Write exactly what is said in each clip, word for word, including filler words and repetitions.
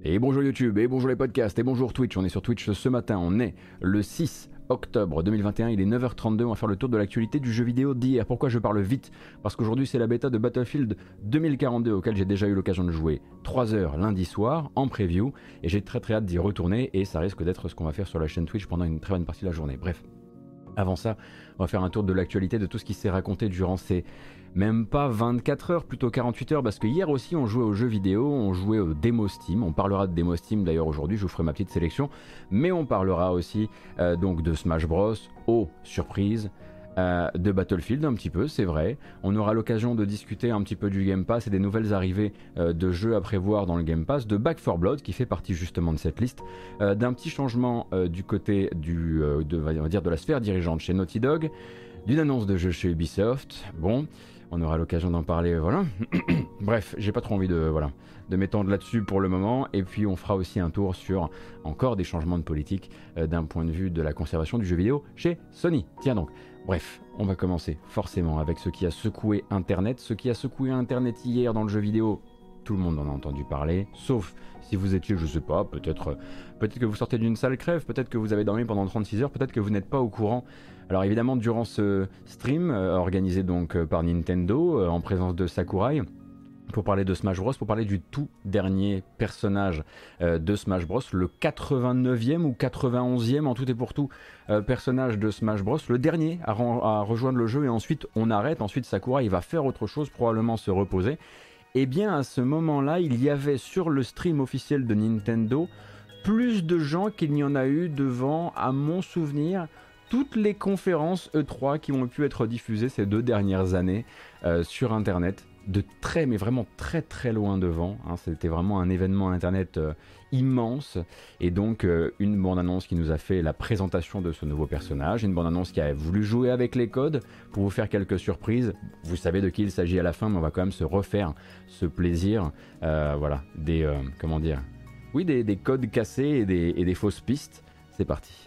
Et bonjour YouTube, et bonjour les podcasts, et bonjour Twitch. On est sur Twitch ce matin, on est le six octobre deux mille vingt et un, il est neuf heures trente-deux, on va faire le tour de l'actualité du jeu vidéo d'hier. Pourquoi je parle vite? Parce qu'aujourd'hui c'est la bêta de Battlefield deux mille quarante-deux auquel j'ai déjà eu l'occasion de jouer trois heures lundi soir en preview, et j'ai très très hâte d'y retourner, et ça risque d'être ce qu'on va faire sur la chaîne Twitch pendant une très bonne partie de la journée. Bref, avant ça, on va faire un tour de l'actualité de tout ce qui s'est raconté durant ces... même pas vingt-quatre heures, plutôt quarante-huit heures, parce que hier aussi on jouait aux jeux vidéo, on jouait aux démos Steam, on parlera de démos Steam d'ailleurs aujourd'hui, je vous ferai ma petite sélection, mais on parlera aussi euh, donc de Smash Bros, oh surprise, euh, de Battlefield un petit peu, c'est vrai, on aura l'occasion de discuter un petit peu du Game Pass et des nouvelles arrivées euh, de jeux à prévoir dans le Game Pass, de Back four Blood qui fait partie justement de cette liste, euh, d'un petit changement euh, du côté du, euh, de, on va dire de la sphère dirigeante chez Naughty Dog, d'une annonce de jeu chez Ubisoft, bon... On aura l'occasion d'en parler, voilà. Bref, j'ai pas trop envie de, voilà, de m'étendre là-dessus pour le moment. Et puis on fera aussi un tour sur encore des changements de politique euh, d'un point de vue de la conservation du jeu vidéo chez Sony. Tiens donc, bref, on va commencer forcément avec ce qui a secoué Internet. Ce qui a secoué Internet hier dans le jeu vidéo, tout le monde en a entendu parler, sauf si vous étiez, je sais pas, peut-être peut-être que vous sortez d'une sale crève, peut-être que vous avez dormi pendant trente-six heures, peut-être que vous n'êtes pas au courant. Alors évidemment, durant ce stream, euh, organisé donc euh, par Nintendo, euh, en présence de Sakurai, pour parler de Smash Bros, pour parler du tout dernier personnage euh, de Smash Bros, le quatre-vingt-neuvième ou quatre-vingt-onzième en tout et pour tout euh, personnage de Smash Bros, le dernier à, à rejoindre le jeu, et ensuite on arrête, ensuite Sakurai il va faire autre chose, probablement se reposer. Et bien à ce moment-là, il y avait sur le stream officiel de Nintendo plus de gens qu'il n'y en a eu devant, à mon souvenir, toutes les conférences E trois qui ont pu être diffusées ces deux dernières années euh, sur Internet, de très, mais vraiment très très loin devant, hein. C'était vraiment un événement Internet euh, immense, et donc euh, une bande-annonce qui nous a fait la présentation de ce nouveau personnage, une bande-annonce qui a voulu jouer avec les codes pour vous faire quelques surprises. Vous savez de qui il s'agit à la fin, mais on va quand même se refaire ce plaisir, euh, voilà, des, euh, comment dire, oui, des, des codes cassés et des, et des fausses pistes. C'est parti.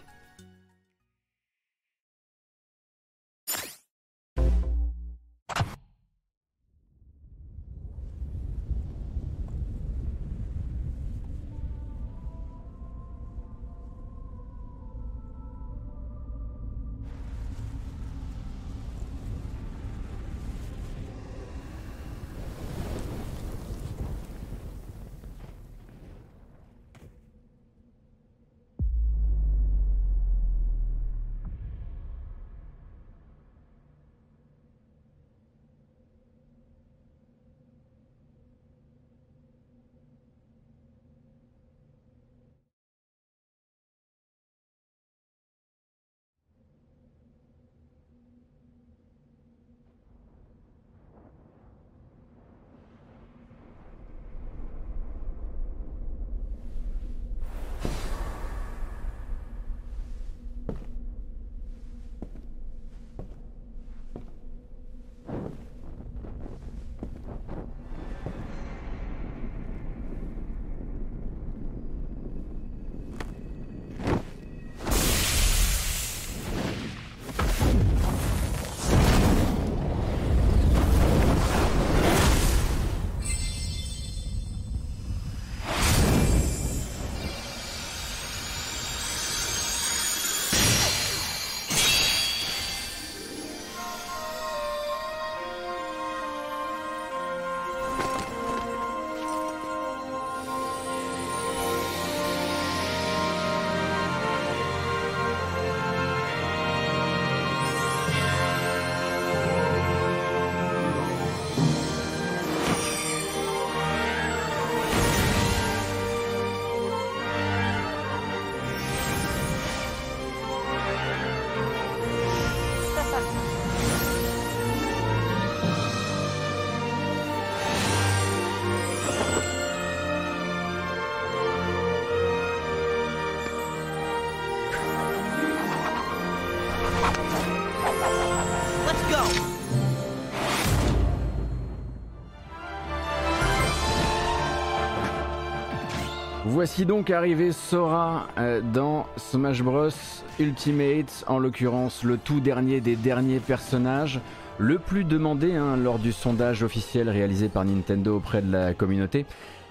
Voici donc arrivé Sora euh, dans Smash Bros Ultimate, en l'occurrence le tout dernier des derniers personnages, le plus demandé hein, lors du sondage officiel réalisé par Nintendo auprès de la communauté.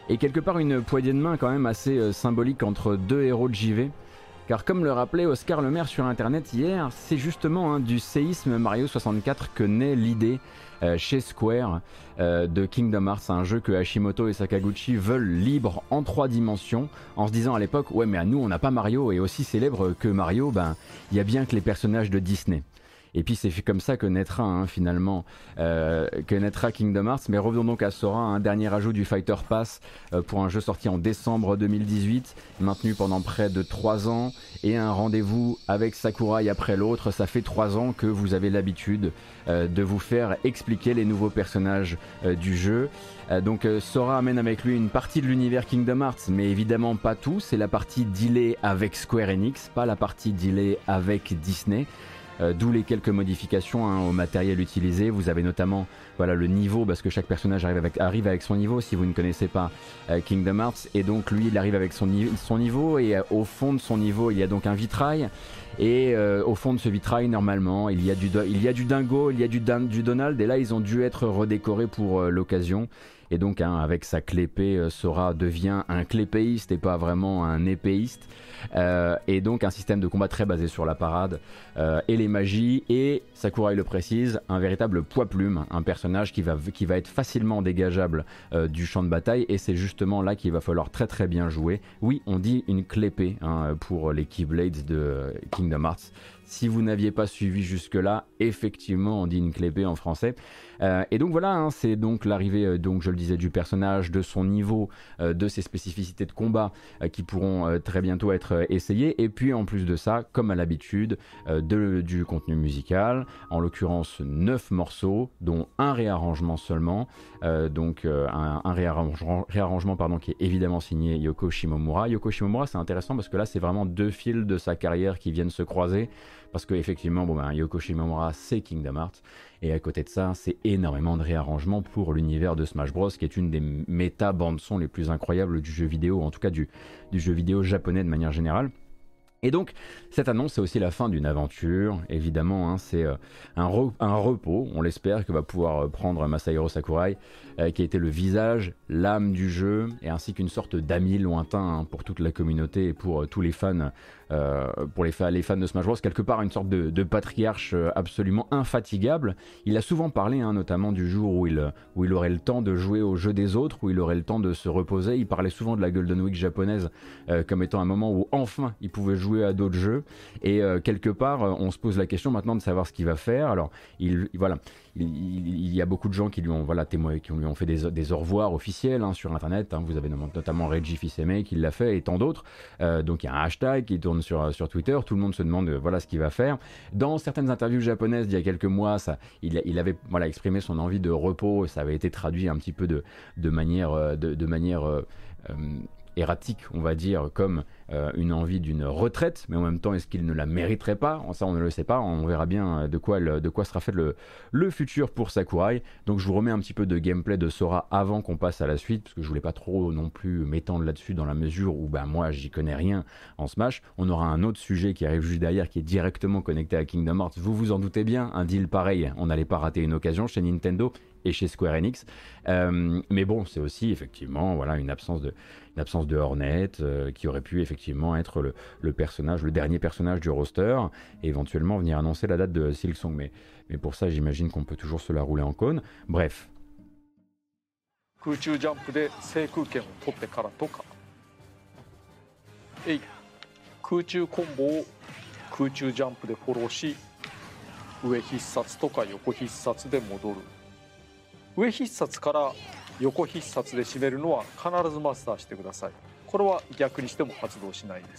et quelque part une poignée de main quand même assez euh, symbolique entre deux héros de J V. Car comme le rappelait Oscar Lemaire sur internet hier, c'est justement hein, du séisme Mario soixante-quatre que naît l'idée euh, chez Square euh, de Kingdom Hearts, un jeu que Hashimoto et Sakaguchi veulent libre en trois dimensions, en se disant à l'époque ouais mais à nous on n'a pas Mario, et aussi célèbre que Mario, ben il y a bien que les personnages de Disney. Et puis c'est comme ça que naîtra hein, finalement euh, que naîtra Kingdom Hearts. Mais revenons donc à Sora, un dernier ajout du Fighter Pass euh, pour un jeu sorti en décembre deux mille dix-huit, maintenu pendant près de trois ans, et un rendez-vous avec Sakurai après l'autre. Ça fait trois ans que vous avez l'habitude euh, de vous faire expliquer les nouveaux personnages euh, du jeu. Euh, donc euh, Sora amène avec lui une partie de l'univers Kingdom Hearts, mais évidemment pas tout. C'est la partie dealée avec Square Enix, pas la partie dealée avec Disney. Euh, D'où les quelques modifications hein, au matériel utilisé. Vous avez notamment voilà, le niveau, parce que chaque personnage arrive avec, arrive avec son niveau, si vous ne connaissez pas euh, Kingdom Hearts. Et donc lui, il arrive avec son, ni son niveau, et euh, au fond de son niveau, il y a donc un vitrail. Et euh, au fond de ce vitrail, normalement, il y a du, il y a du Dingo, il y a du, du Donald. Et là, ils ont dû être redécorés pour euh, l'occasion. Et donc, hein, avec sa clépée, euh, Sora devient un clépéiste et pas vraiment un épéiste. Euh, et donc, un système de combat très basé sur la parade euh, et les magies. Et, Sakurai le précise, un véritable poids-plume, un personnage qui va, qui va être facilement dégageable euh, du champ de bataille. Et c'est justement là qu'il va falloir très très bien jouer. Oui, on dit une clépée hein, pour les Keyblades de Kingdom Hearts. Si vous n'aviez pas suivi jusque-là, effectivement, on dit une clépée en français. Euh, et donc voilà, hein, c'est donc l'arrivée, euh, donc je le disais, du personnage, de son niveau, euh, de ses spécificités de combat euh, qui pourront euh, très bientôt être euh, essayées. Et puis en plus de ça, comme à l'habitude, euh, de, du contenu musical, en l'occurrence neuf morceaux, dont un réarrangement seulement. Euh, donc euh, un, un réarrangement, réarrangement pardon, qui est évidemment signé Yoko Shimomura. Yoko Shimomura, c'est intéressant parce que là, c'est vraiment deux fils de sa carrière qui viennent se croiser. Parce qu'effectivement, bon ben, Yoko Shimomura, c'est Kingdom Hearts. Et à côté de ça, c'est énormément de réarrangements pour l'univers de Smash Bros, qui est une des méta bandes-son les plus incroyables du jeu vidéo, en tout cas du, du jeu vidéo japonais de manière générale. Et donc, cette annonce, c'est aussi la fin d'une aventure, évidemment, hein, c'est euh, un, re un repos, on l'espère, que va pouvoir euh, prendre Masahiro Sakurai, euh, qui a été le visage, l'âme du jeu, et ainsi qu'une sorte d'ami lointain hein, pour toute la communauté et pour euh, tous les fans, euh, pour les, fa les fans de Smash Bros, quelque part une sorte de, de patriarche euh, absolument infatigable. Il a souvent parlé, hein, notamment du jour où il, où il aurait le temps de jouer au jeu des autres, où il aurait le temps de se reposer. Il parlait souvent de la Golden Week japonaise euh, comme étant un moment où enfin il pouvait jouer à d'autres jeux, et euh, quelque part euh, on se pose la question maintenant de savoir ce qu'il va faire. Alors il, voilà, il, il, il y a beaucoup de gens qui lui ont voilà, témoigné, qui lui ont fait des, des au revoir officiels hein, sur internet, hein. Vous avez notamment Reggie Fils-Aimé qui l'a fait et tant d'autres, euh, donc il y a un hashtag qui tourne sur, sur Twitter, tout le monde se demande euh, voilà ce qu'il va faire. Dans certaines interviews japonaises d'il y a quelques mois, ça, il, il avait voilà, exprimé son envie de repos, ça avait été traduit un petit peu de, de manière, de, de manière euh, euh, erratique, on va dire, comme euh, une envie d'une retraite, mais en même temps, est-ce qu'il ne la mériterait pas? Ça, on ne le sait pas, on verra bien de quoi, elle, de quoi sera fait le, le futur pour Sakurai. Donc je vous remets un petit peu de gameplay de Sora avant qu'on passe à la suite, parce que je voulais pas trop non plus m'étendre là-dessus dans la mesure où ben, moi, j'y connais rien en Smash. On aura un autre sujet qui arrive juste derrière, qui est directement connecté à Kingdom Hearts. Vous vous en doutez bien, un deal pareil, on n'allait pas rater une occasion chez Nintendo et chez Square Enix. Euh, mais bon, c'est aussi effectivement voilà, une absence de, une absence de Hornet euh, qui aurait pu effectivement être le, le personnage, le dernier personnage du roster, et éventuellement venir annoncer la date de Silksong. Mais, mais pour ça, j'imagine qu'on peut toujours se la rouler en cône. Bref. 空中ジャンプで制空権を取ってからとか、えい空中コンボを空中ジャンプでフォローし、上必殺とか横必殺で戻る。上必殺から横必殺で締めるのは必ずマスターしてください。これは逆にしても発動しないです。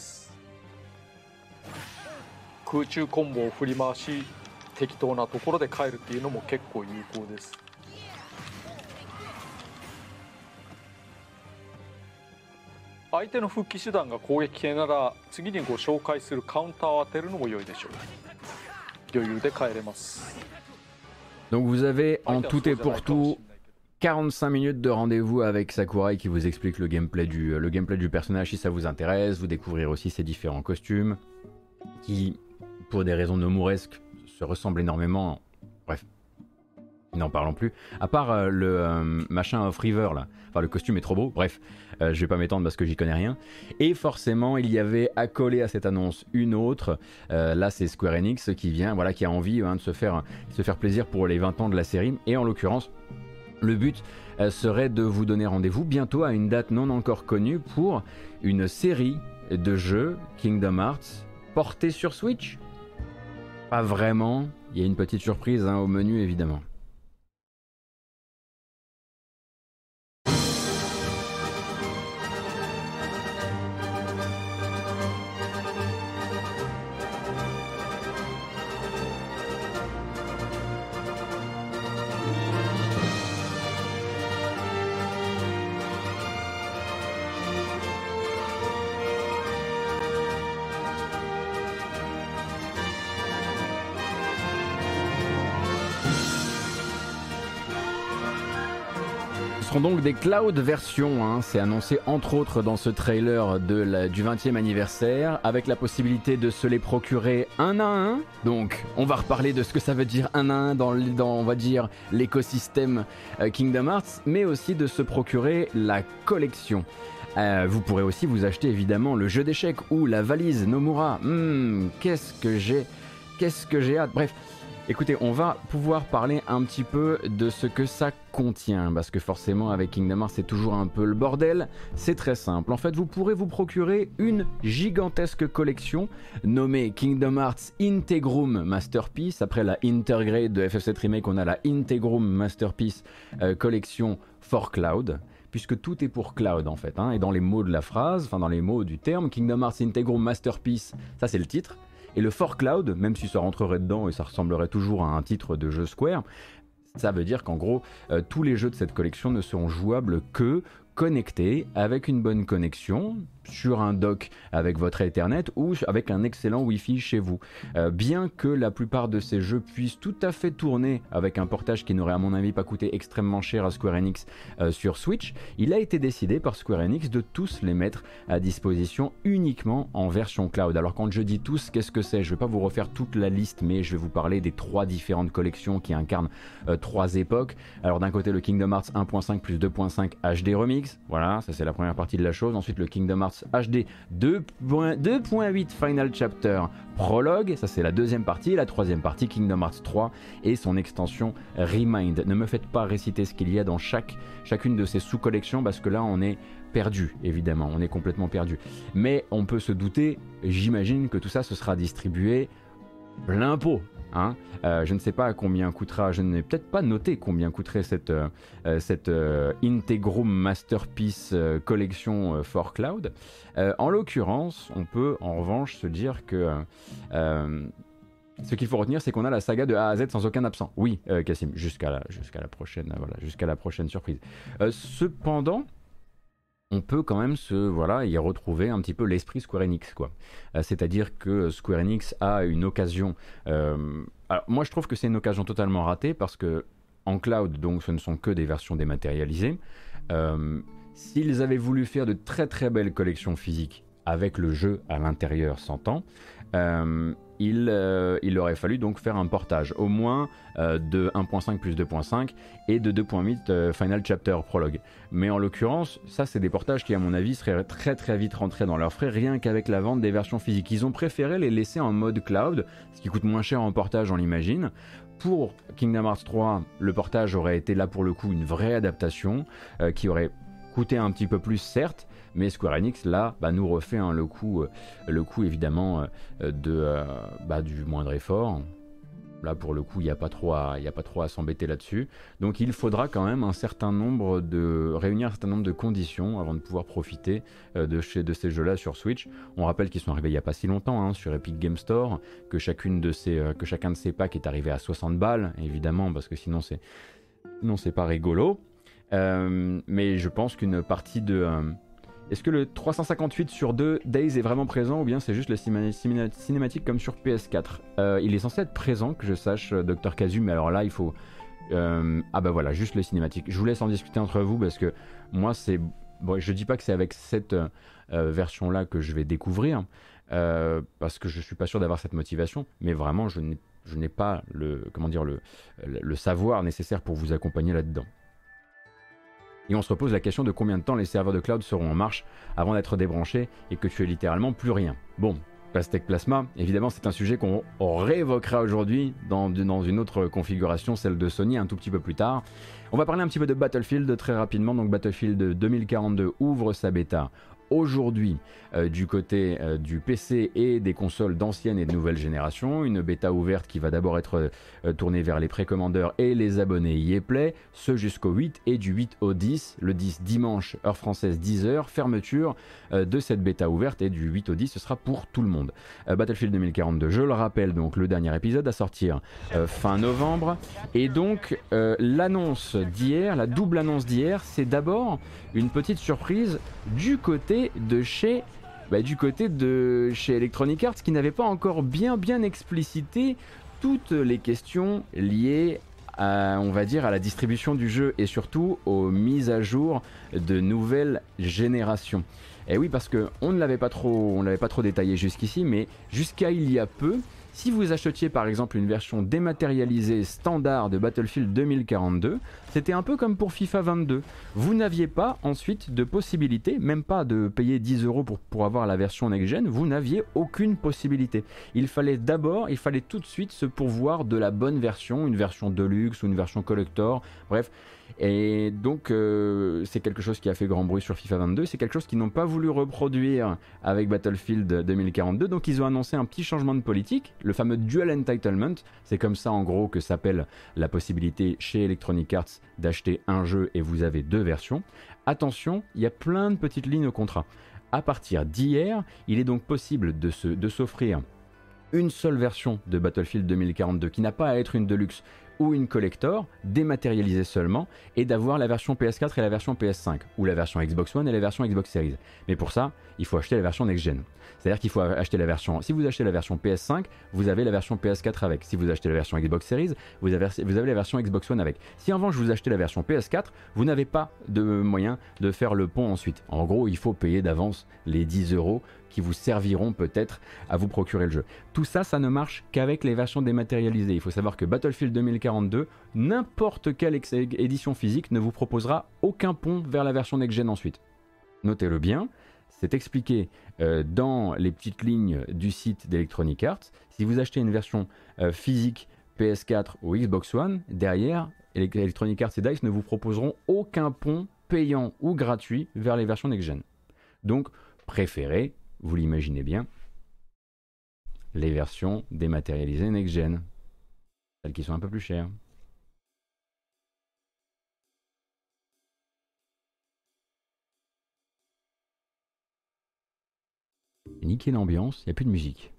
空中コンボを振り回し、適当なところで帰るっていうのも結構有効です。相手の復帰手段が攻撃系なら次にご紹介するカウンターを当てるのも良いでしょう。余裕で帰れます。 Donc vous avez en tout et pour tout quarante-cinq minutes de rendez-vous avec Sakurai qui vous explique le gameplay du, le gameplay du personnage si ça vous intéresse. Vous découvrirez aussi ses différents costumes qui, pour des raisons nomouresques, se ressemblent énormément. Bref, N'en parlons plus. À part euh, le euh, machin Off River là. Enfin le costume est trop beau. Bref, euh, je vais pas m'étendre parce que j'y connais rien. Et forcément il y avait accolé à cette annonce une autre. Euh, là c'est Square Enix qui vient, voilà, qui a envie hein, de se faire, de se faire plaisir pour les vingt ans de la série. Et en l'occurrence, le but euh, serait de vous donner rendez-vous bientôt à une date non encore connue pour une série de jeux Kingdom Hearts portés sur Switch. Pas vraiment. Il y a une petite surprise hein, au menu évidemment. Ce seront donc des cloud versions, hein. C'est annoncé entre autres dans ce trailer de la, du vingtième anniversaire, avec la possibilité de se les procurer un à un. Donc on va reparler de ce que ça veut dire un à un dans, dans on va dire, l'écosystème euh, Kingdom Hearts, mais aussi de se procurer la collection. Euh, vous pourrez aussi vous acheter évidemment le jeu d'échecs ou la valise Nomura. Hmm, qu'est-ce que j'ai, qu'est-ce que j'ai hâte. Bref. Écoutez, on va pouvoir parler un petit peu de ce que ça contient, parce que forcément avec Kingdom Hearts c'est toujours un peu le bordel. C'est très simple, en fait vous pourrez vous procurer une gigantesque collection nommée Kingdom Hearts Integrum Masterpiece. Après la Intergrade de F F sept Remake, on a la Integrum Masterpiece euh, Collection for Cloud, puisque tout est pour Cloud en fait, hein, et dans les mots de la phrase, enfin dans les mots du terme, Kingdom Hearts Integrum Masterpiece, ça c'est le titre. Et le For Cloud, même si ça rentrerait dedans et ça ressemblerait toujours à un titre de jeu Square, ça veut dire qu'en gros, euh, tous les jeux de cette collection ne seront jouables que connectés avec une bonne connexion, sur un dock avec votre Ethernet ou avec un excellent Wi-Fi chez vous. Euh, bien que la plupart de ces jeux puissent tout à fait tourner avec un portage qui n'aurait à mon avis pas coûté extrêmement cher à Square Enix euh, sur Switch, il a été décidé par Square Enix de tous les mettre à disposition uniquement en version cloud. Alors quand je dis tous, qu'est-ce que c'est? Je ne vais pas vous refaire toute la liste, mais je vais vous parler des trois différentes collections qui incarnent euh, trois époques. Alors d'un côté le Kingdom Hearts un point cinq plus deux point cinq H D Remix, voilà, ça c'est la première partie de la chose. Ensuite le Kingdom Hearts H D deux point huit Final Chapter Prologue, ça c'est la deuxième partie, et la troisième partie Kingdom Hearts trois et son extension Remind. Ne me faites pas réciter ce qu'il y a dans chaque, chacune de ces sous-collections parce que là on est perdu, évidemment, on est complètement perdu. Mais on peut se douter, j'imagine que tout ça se sera distribué plein pot. Hein, euh, je ne sais pas à combien coûtera, je n'ai peut-être pas noté combien coûterait cette, euh, cette euh, Integrum Masterpiece euh, collection euh, for Cloud. Euh, en l'occurrence, on peut en revanche se dire que euh, ce qu'il faut retenir, c'est qu'on a la saga de A à Z sans aucun absent. Oui, euh, Cassim, jusqu'à la, jusqu'à la prochaine, voilà, jusqu'à la prochaine surprise. Euh, cependant, on peut quand même se, voilà, y retrouver un petit peu l'esprit Square Enix, quoi. Euh, c'est-à-dire que Square Enix a une occasion. Euh, alors moi, je trouve que c'est une occasion totalement ratée parce que en cloud, donc, ce ne sont que des versions dématérialisées. Euh, s'ils avaient voulu faire de très très belles collections physiques avec le jeu à l'intérieur s'entend, euh, il, euh, il aurait fallu donc faire un portage au moins euh, de un point cinq plus deux point cinq et de deux point huit euh, Final Chapter Prologue. Mais en l'occurrence, ça c'est des portages qui à mon avis seraient très très vite rentrés dans leurs frais rien qu'avec la vente des versions physiques. Ils ont préféré les laisser en mode cloud, ce qui coûte moins cher en portage on l'imagine. Pour Kingdom Hearts trois, le portage aurait été là pour le coup une vraie adaptation euh, qui aurait coûté un petit peu plus certes, mais Square Enix là bah, nous refait hein, le coup, euh, le coup évidemment euh, de, euh, bah, du moindre effort. Là pour le coup il n'y a pas trop à, y a pas trop à s'embêter là-dessus. Donc il faudra quand même un certain nombre de réunir un certain nombre de conditions avant de pouvoir profiter euh, de, chez, de ces jeux-là sur Switch. On rappelle qu'ils sont arrivés il n'y a pas si longtemps hein, sur Epic Game Store, que, chacune de ces, euh, que chacun de ces packs est arrivé à soixante balles évidemment parce que sinon c'est, sinon c'est pas rigolo. Euh, mais je pense qu'une partie de... Euh, est-ce que le trois cent cinquante-huit sur deux Days est vraiment présent ou bien c'est juste la cinématique comme sur P S quatre? euh, Il est censé être présent, que je sache, Docteur Kazu, mais alors là il faut... Euh, ah bah voilà, juste le cinématique. Je vous laisse en discuter entre vous parce que moi c'est... Bon, je dis pas que c'est avec cette euh, version-là que je vais découvrir, euh, parce que je suis pas sûr d'avoir cette motivation, mais vraiment je n'ai... je n'ai pas le, comment dire, le, le savoir nécessaire pour vous accompagner là-dedans. Et on se repose la question de combien de temps les serveurs de cloud seront en marche avant d'être débranchés et que tu aies littéralement plus rien. Bon, Pastèque Plasma, évidemment c'est un sujet qu'on réévoquera aujourd'hui dans, dans une autre configuration, celle de Sony un tout petit peu plus tard. On va parler un petit peu de Battlefield très rapidement. Donc Battlefield deux mille quarante-deux ouvre sa bêta aujourd'hui euh, du côté euh, du P C et des consoles d'ancienne et de nouvelle génération. Une bêta ouverte qui va d'abord être euh, tournée vers les précommandeurs et les abonnés E A Play, ce jusqu'au huit et du huit au dix. Le dix dimanche, heure française dix heures, fermeture euh, de cette bêta ouverte, et du huit au dix ce sera pour tout le monde. Euh, Battlefield deux mille quarante-deux, je le rappelle, donc le dernier épisode à sortir euh, fin novembre. Et donc euh, l'annonce d'hier, la double annonce d'hier, c'est d'abord une petite surprise du côté de chez, bah, du côté de chez Electronic Arts, qui n'avait pas encore bien bien explicité toutes les questions liées à, on va dire, à la distribution du jeu et surtout aux mises à jour de nouvelles générations. Et oui, parce que on ne l'avait pas trop, on l'avait pas trop détaillé jusqu'ici, mais jusqu'à il y a peu, si vous achetiez par exemple une version dématérialisée standard de Battlefield deux mille quarante-deux, c'était un peu comme pour FIFA vingt-deux. Vous n'aviez pas ensuite de possibilité, même pas de payer dix euros pour, pour avoir la version next-gen, vous n'aviez aucune possibilité. Il fallait d'abord, il fallait tout de suite se pourvoir de la bonne version, une version deluxe ou une version collector, bref. Et donc euh, c'est quelque chose qui a fait grand bruit sur FIFA vingt-deux, c'est quelque chose qu'ils n'ont pas voulu reproduire avec Battlefield deux mille quarante-deux, donc ils ont annoncé un petit changement de politique, le fameux Dual Entitlement. C'est comme ça en gros que s'appelle la possibilité chez Electronic Arts d'acheter un jeu et vous avez deux versions. Attention, il y a plein de petites lignes au contrat. À partir d'hier, il est donc possible de, se, de s'offrir une seule version de Battlefield deux mille quarante-deux qui n'a pas à être une deluxe ou une collector, dématérialisée seulement, et d'avoir la version P S quatre et la version P S cinq, ou la version Xbox One et la version Xbox Series. Mais pour ça, il faut acheter la version next-gen. C'est-à-dire qu'il faut acheter la version... Si vous achetez la version P S cinq, vous avez la version P S quatre avec. Si vous achetez la version Xbox Series, vous avez, vous avez la version Xbox One avec. Si en revanche vous achetez la version P S quatre, vous n'avez pas de moyen de faire le pont ensuite. En gros, il faut payer d'avance les dix euros qui vous serviront peut-être à vous procurer le jeu. Tout ça, ça ne marche qu'avec les versions dématérialisées. Il faut savoir que Battlefield deux mille quarante-deux, n'importe quelle édition physique ne vous proposera aucun pont vers la version next-gen ensuite. Notez-le bien, c'est expliqué euh, dans les petites lignes du site d'Electronic Arts. Si vous achetez une version euh, physique P S quatre ou Xbox One, derrière, Electronic Arts et DICE ne vous proposeront aucun pont payant ou gratuit vers les versions next-gen. Donc, préférez, vous l'imaginez bien, les versions dématérialisées next-gen, celles qui sont un peu plus chères. Niquer l'ambiance, il n'y a plus de musique.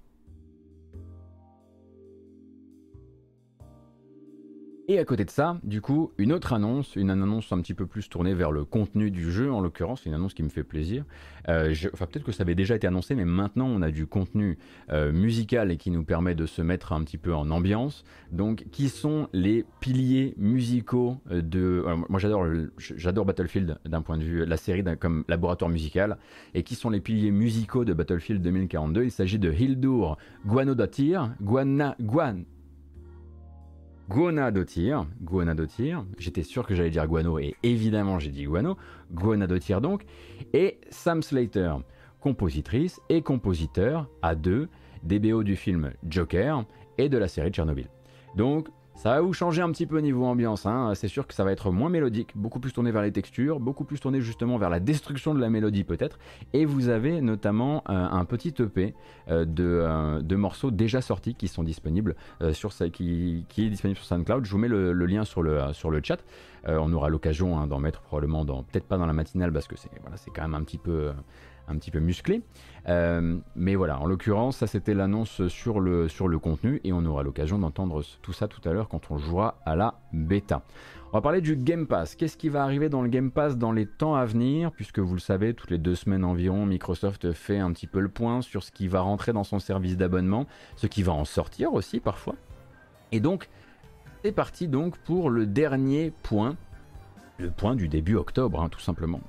Et à côté de ça, du coup, une autre annonce, une annonce un petit peu plus tournée vers le contenu du jeu, en l'occurrence, une annonce qui me fait plaisir. Euh, je, enfin, peut-être que ça avait déjà été annoncé, mais maintenant on a du contenu euh, musical et qui nous permet de se mettre un petit peu en ambiance. Donc, qui sont les piliers musicaux de... Alors, moi j'adore, j'adore Battlefield d'un point de vue, la série comme laboratoire musical. Et qui sont les piliers musicaux de Battlefield deux mille quarante-deux? Il s'agit de Hildur Guðnadóttir, Guana, Guan... Guðnadóttir, Guðnadóttir, j'étais sûr que j'allais dire Guano et évidemment j'ai dit Guano, Guðnadóttir donc, et Sam Slater, compositrice et compositeur à deux des B O du film Joker et de la série Tchernobyl. Donc ça va vous changer un petit peu au niveau ambiance, hein. C'est sûr que ça va être moins mélodique, beaucoup plus tourné vers les textures, beaucoup plus tourné justement vers la destruction de la mélodie peut-être, et vous avez notamment euh, un petit E P euh, de, euh, de morceaux déjà sortis qui sont disponibles euh, sur qui, qui est disponible sur SoundCloud. Je vous mets le, le lien sur le, sur le chat, euh, on aura l'occasion hein, d'en mettre probablement dans, peut-être pas dans la matinale parce que c'est voilà, c'est quand même un petit peu... Euh, un petit peu musclé, euh, mais voilà, en l'occurrence ça c'était l'annonce sur le, sur le contenu et on aura l'occasion d'entendre tout ça tout à l'heure quand on jouera à la bêta. On va parler du Game Pass. Qu'est-ce qui va arriver dans le Game Pass dans les temps à venir, puisque vous le savez, toutes les deux semaines environ, Microsoft fait un petit peu le point sur ce qui va rentrer dans son service d'abonnement, ce qui va en sortir aussi parfois. Et donc, c'est parti donc pour le dernier point, le point du début octobre, hein, tout simplement.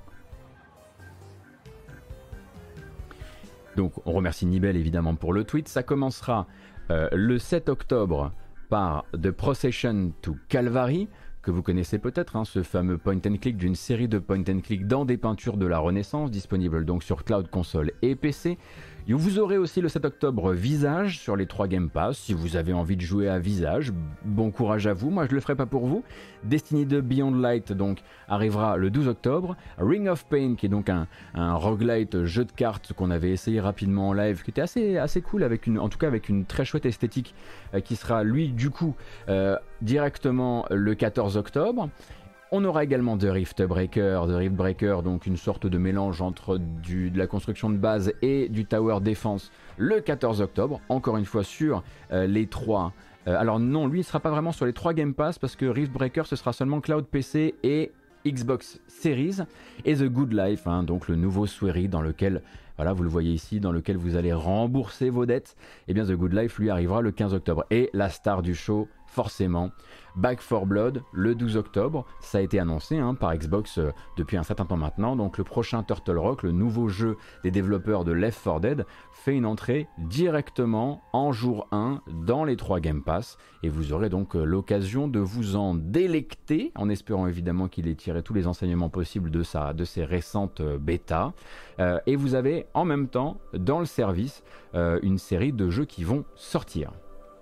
Donc on remercie Nibel évidemment pour le tweet. Ça commencera euh, le sept octobre par The Procession to Calvary, que vous connaissez peut-être, hein, ce fameux point and click d'une série de point and click dans des peintures de la Renaissance, disponible donc sur Cloud Console et P C. Et vous aurez aussi le sept octobre Visage sur les trois Game Pass, si vous avez envie de jouer à Visage, bon courage à vous, moi je le ferai pas pour vous. Destiny deux Beyond Light donc arrivera le douze octobre, Ring of Pain qui est donc un, un roguelite jeu de cartes qu'on avait essayé rapidement en live, qui était assez, assez cool, avec une, en tout cas avec une très chouette esthétique, euh, qui sera lui du coup euh, directement le quatorze octobre. On aura également The Rift Breaker, The Rift Breaker, donc une sorte de mélange entre du, de la construction de base et du Tower Defense le quatorze octobre, encore une fois sur euh, les trois. Euh, alors non, lui il ne sera pas vraiment sur les trois Game Pass parce que Rift Breaker ce sera seulement Cloud P C et Xbox Series, et The Good Life, hein, donc le nouveau Swery dans lequel, voilà, vous le voyez ici, dans lequel vous allez rembourser vos dettes. Et bien The Good Life lui arrivera le quinze octobre. Et la star du show, forcément, Back four Blood le douze octobre, ça a été annoncé hein, par Xbox euh, depuis un certain temps maintenant, donc le prochain Turtle Rock, le nouveau jeu des développeurs de Left four Dead, fait une entrée directement en jour un dans les trois Game Pass, et vous aurez donc euh, l'occasion de vous en délecter, en espérant évidemment qu'il ait tiré tous les enseignements possibles de, sa, de ses récentes euh, bêtas, euh, et vous avez en même temps dans le service euh, une série de jeux qui vont sortir.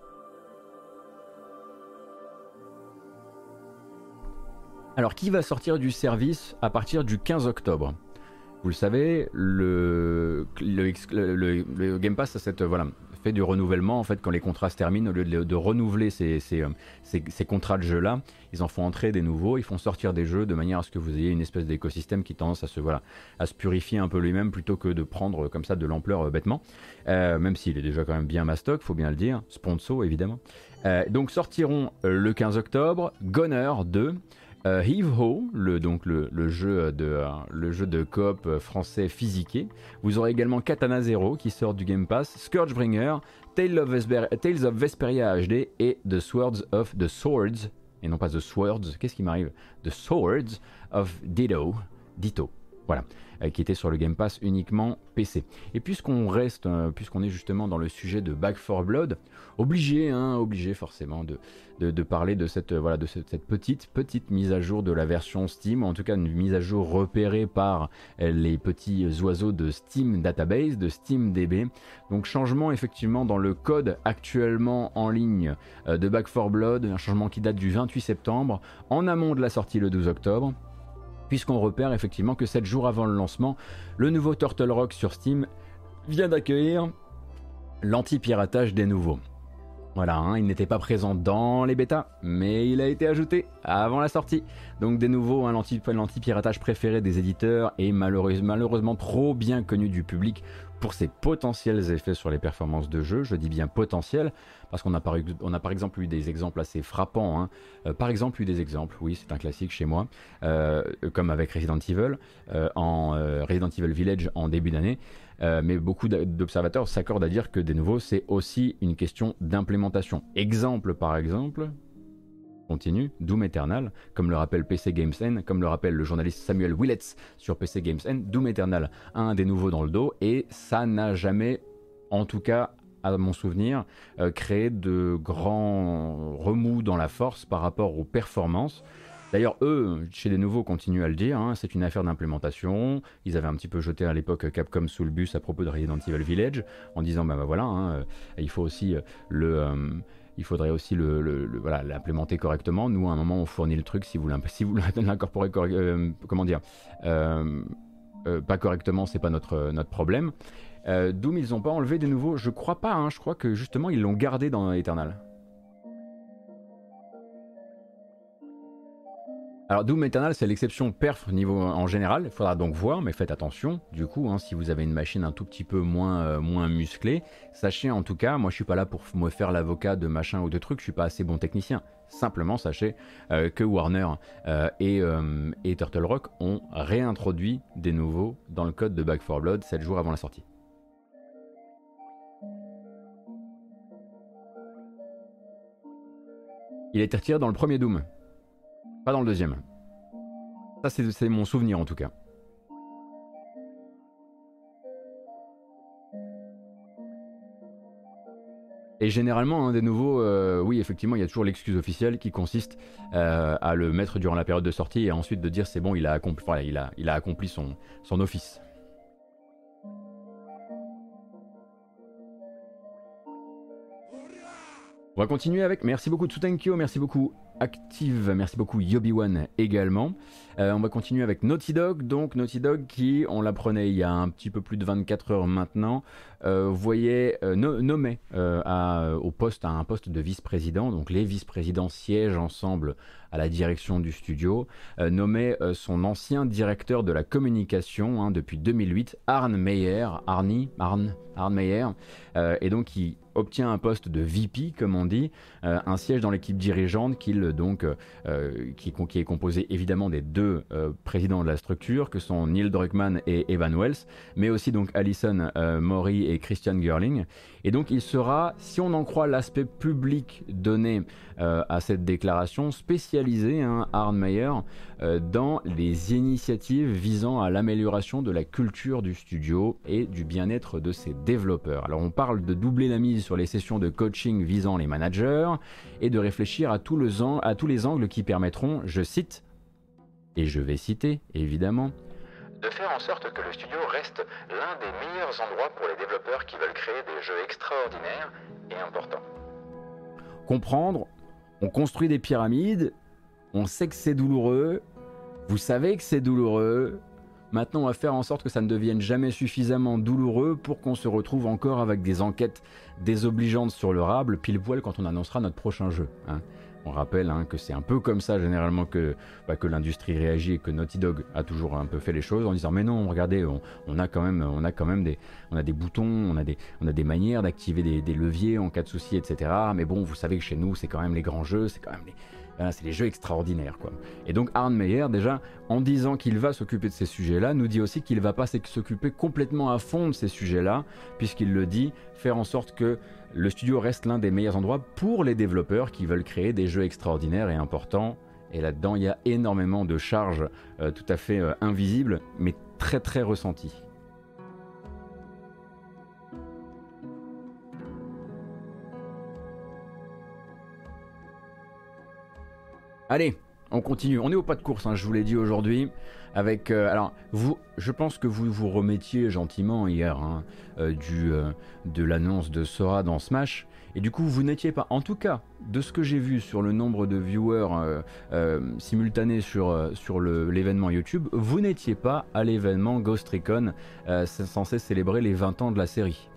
Alors, qui va sortir du service à partir du quinze octobre? Vous le savez, le, le, le, le Game Pass a cette, voilà, fait du renouvellement en fait quand les contrats se terminent. Au lieu de, de renouveler ces, ces, ces, ces contrats de jeux-là, ils en font entrer des nouveaux, ils font sortir des jeux de manière à ce que vous ayez une espèce d'écosystème qui tendance à se, voilà, à se purifier un peu lui-même plutôt que de prendre comme ça de l'ampleur euh, bêtement. Euh, même s'il est déjà quand même bien mastoc, faut bien le dire, sponsor évidemment. Euh, donc sortiront euh, le quinze octobre Gunner deux. Euh, Heave Ho, le, donc le, le, jeu de, euh, le jeu de coop euh, français physiqué. Vous aurez également Katana Zero qui sort du Game Pass, Scourgebringer, Tales of, Vesper Tales of Vesperia H D et The Swords of the Swords, et non pas The Swords, qu'est-ce qui m'arrive The Swords of Ditto, Ditto, voilà, euh, qui était sur le Game Pass uniquement P C. Et puisqu'on reste, euh, puisqu'on est justement dans le sujet de Back four Blood, obligé, hein, obligé forcément de, de, de parler de cette, euh, voilà, de cette, cette petite, petite mise à jour de la version Steam, ou en tout cas une mise à jour repérée par euh, les petits oiseaux de Steam Database, de SteamDB. Donc changement effectivement dans le code actuellement en ligne euh, de Back four Blood, un changement qui date du vingt-huit septembre, en amont de la sortie le douze octobre. Puisqu'on repère effectivement que sept jours avant le lancement, le nouveau Turtle Rock sur Steam vient d'accueillir l'anti-piratage des nouveaux. Voilà, hein, il n'était pas présent dans les bêtas, mais il a été ajouté avant la sortie. Donc des nouveaux, hein, l'anti-piratage préféré des éditeurs et malheureusement, malheureusement trop bien connu du public pour ses potentiels effets sur les performances de jeu. Je dis bien potentiels, parce qu'on a, par, on a par exemple eu des exemples assez frappants. Hein. Euh, par exemple eu des exemples, oui c'est un classique chez moi, euh, comme avec Resident Evil, euh, en euh, Resident Evil Village en début d'année. Euh, mais beaucoup d'observateurs s'accordent à dire que des nouveaux c'est aussi une question d'implémentation. Exemple par exemple, continue, Doom Eternal, comme le rappelle P C Games N, comme le rappelle le journaliste Samuel Willets sur P C Games N, Doom Eternal a un des nouveaux dans le dos et ça n'a jamais, en tout cas à mon souvenir, euh, créé de grands remous dans la force par rapport aux performances. D'ailleurs, eux, chez les nouveaux, continuent à le dire, hein, c'est une affaire d'implémentation. Ils avaient un petit peu jeté à l'époque Capcom sous le bus à propos de Resident Evil Village, en disant, bah, bah voilà, hein, il faut aussi le... Euh, il faudrait aussi le, le, le, voilà, l'implémenter correctement. Nous, à un moment, on fournit le truc. Si vous, si vous l'incorporez, euh, comment dire, euh, euh, pas correctement, c'est pas notre, notre problème. Euh, Doom, ils n'ont pas enlevé des nouveaux. Je crois pas. Hein, je crois que justement, ils l'ont gardé dans Eternal. Alors Doom Eternal c'est l'exception perf niveau en général, il faudra donc voir, mais faites attention du coup, hein, si vous avez une machine un tout petit peu moins, euh, moins musclée, sachez en tout cas, moi je suis pas là pour me faire l'avocat de machin ou de trucs, je suis pas assez bon technicien, simplement sachez euh, que Warner euh, et, euh, et Turtle Rock ont réintroduit des nouveaux dans le code de Back four Blood sept jours avant la sortie. Il a été retiré dans le premier Doom. Pas dans le deuxième. Ça, c'est mon souvenir en tout cas. Et généralement, hein, des nouveaux, euh, oui, effectivement, il y a toujours l'excuse officielle qui consiste euh, à le mettre durant la période de sortie et ensuite de dire c'est bon, il a accompli, voilà, il a, il a accompli son, son office. On va continuer avec, merci beaucoup Tsutenkyo, merci beaucoup Active, merci beaucoup Yobi-Wan également. Euh, on va continuer avec Naughty Dog, donc Naughty Dog qui, on l'apprenait il y a un petit peu plus de vingt-quatre heures maintenant, euh, voyait, euh, no, nommé euh, à, au poste, à un poste de vice-président, donc les vice-présidents siègent ensemble à la direction du studio, euh, nommé euh, son ancien directeur de la communication hein, depuis deux mille huit, Arne Meyer, Arnie, Arne, Arne Meyer, euh, et donc il obtient un poste de V P comme on dit, euh, un siège dans l'équipe dirigeante qu'il donc euh, qui, qui est composé évidemment des deux euh, présidents de la structure que sont Neil Druckmann et Evan Wells, mais aussi donc Alison euh, Maury et Christian Gerling. Et donc il sera, si on en croit l'aspect public donné euh, à cette déclaration, spécialisé, hein, Arne Meyer, euh, dans les initiatives visant à l'amélioration de la culture du studio et du bien-être de ses développeurs. Alors on parle de doubler la mise sur les sessions de coaching visant les managers et de réfléchir à, tout le, à tous les angles qui permettront, je cite, et je vais citer évidemment, de faire en sorte que le studio reste l'un des meilleurs endroits pour les développeurs qui veulent créer des jeux extraordinaires et importants. Comprendre, on construit des pyramides, on sait que c'est douloureux, vous savez que c'est douloureux, maintenant on va faire en sorte que ça ne devienne jamais suffisamment douloureux pour qu'on se retrouve encore avec des enquêtes désobligeantes sur le rable, pile poil quand on annoncera notre prochain jeu. Hein. On rappelle hein, que c'est un peu comme ça généralement que, bah, que l'industrie réagit et que Naughty Dog a toujours un peu fait les choses en disant mais non, regardez, on, on a quand même, on a quand même des, on a des boutons, on a des, on a des manières d'activer des, des leviers en cas de souci, et cetera. Mais bon, vous savez que chez nous, c'est quand même les grands jeux, c'est quand même les, voilà, c'est les jeux extraordinaires, quoi. Et donc Arne Meyer, déjà, en disant qu'il va s'occuper de ces sujets-là, nous dit aussi qu'il ne va pas s'occuper complètement à fond de ces sujets-là, puisqu'il le dit, faire en sorte que le studio reste l'un des meilleurs endroits pour les développeurs qui veulent créer des jeux extraordinaires et importants. Et là-dedans, il y a énormément de charges euh, tout à fait euh, invisibles, mais très très ressenties. Allez, on continue. On est au pas de course, hein, je vous l'ai dit aujourd'hui. Avec, euh, alors, vous, je pense que vous vous remettiez gentiment hier hein, euh, du, euh, de l'annonce de Sora dans Smash. Et du coup, vous n'étiez pas, en tout cas, de ce que j'ai vu sur le nombre de viewers euh, euh, simultanés sur, euh, sur le, l'événement YouTube, vous n'étiez pas à l'événement Ghost Recon euh, censé célébrer les vingt ans de la série.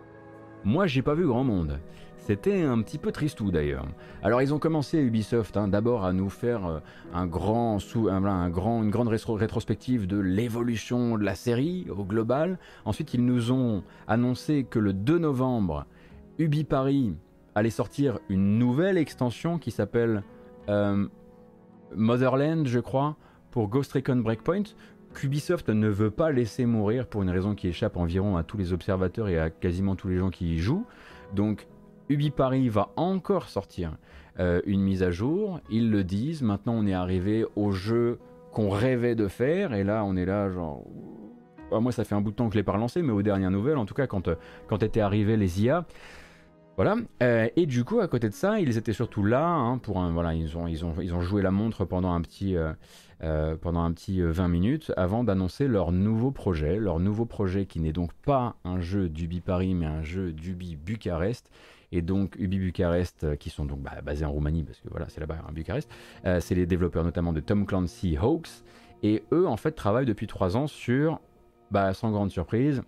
Moi, j'ai pas vu grand monde. C'était un petit peu tristou d'ailleurs. Alors ils ont commencé Ubisoft hein, d'abord à nous faire euh, un grand sous, un, un grand, une grande rétro rétrospective de l'évolution de la série au global. Ensuite ils nous ont annoncé que le deux novembre, Ubi Paris allait sortir une nouvelle extension qui s'appelle euh, Motherland, je crois, pour Ghost Recon Breakpoint, qu'Ubisoft ne veut pas laisser mourir pour une raison qui échappe environ à tous les observateurs et à quasiment tous les gens qui y jouent. Donc Ubi Paris va encore sortir euh, une mise à jour, ils le disent, maintenant on est arrivé au jeu qu'on rêvait de faire, et là on est là genre... Ah, moi ça fait un bout de temps que je l'ai pas relancé, mais aux dernières nouvelles, en tout cas quand, quand étaient arrivés les I A, voilà, euh, et du coup à côté de ça, ils étaient surtout là, hein, pour un, voilà, ils ont, ils, ont, ils ont joué la montre pendant un petit... Euh, Euh, pendant un petit vingt minutes avant d'annoncer leur nouveau projet, leur nouveau projet qui n'est donc pas un jeu d'Ubi Paris mais un jeu d'Ubi Bucarest, et donc Ubi Bucarest euh, qui sont donc bah, basés en Roumanie parce que voilà c'est là-bas à Bucarest, euh, c'est les développeurs notamment de Tom Clancy Hawks, et eux en fait travaillent depuis trois ans sur, bah, sans grande surprise,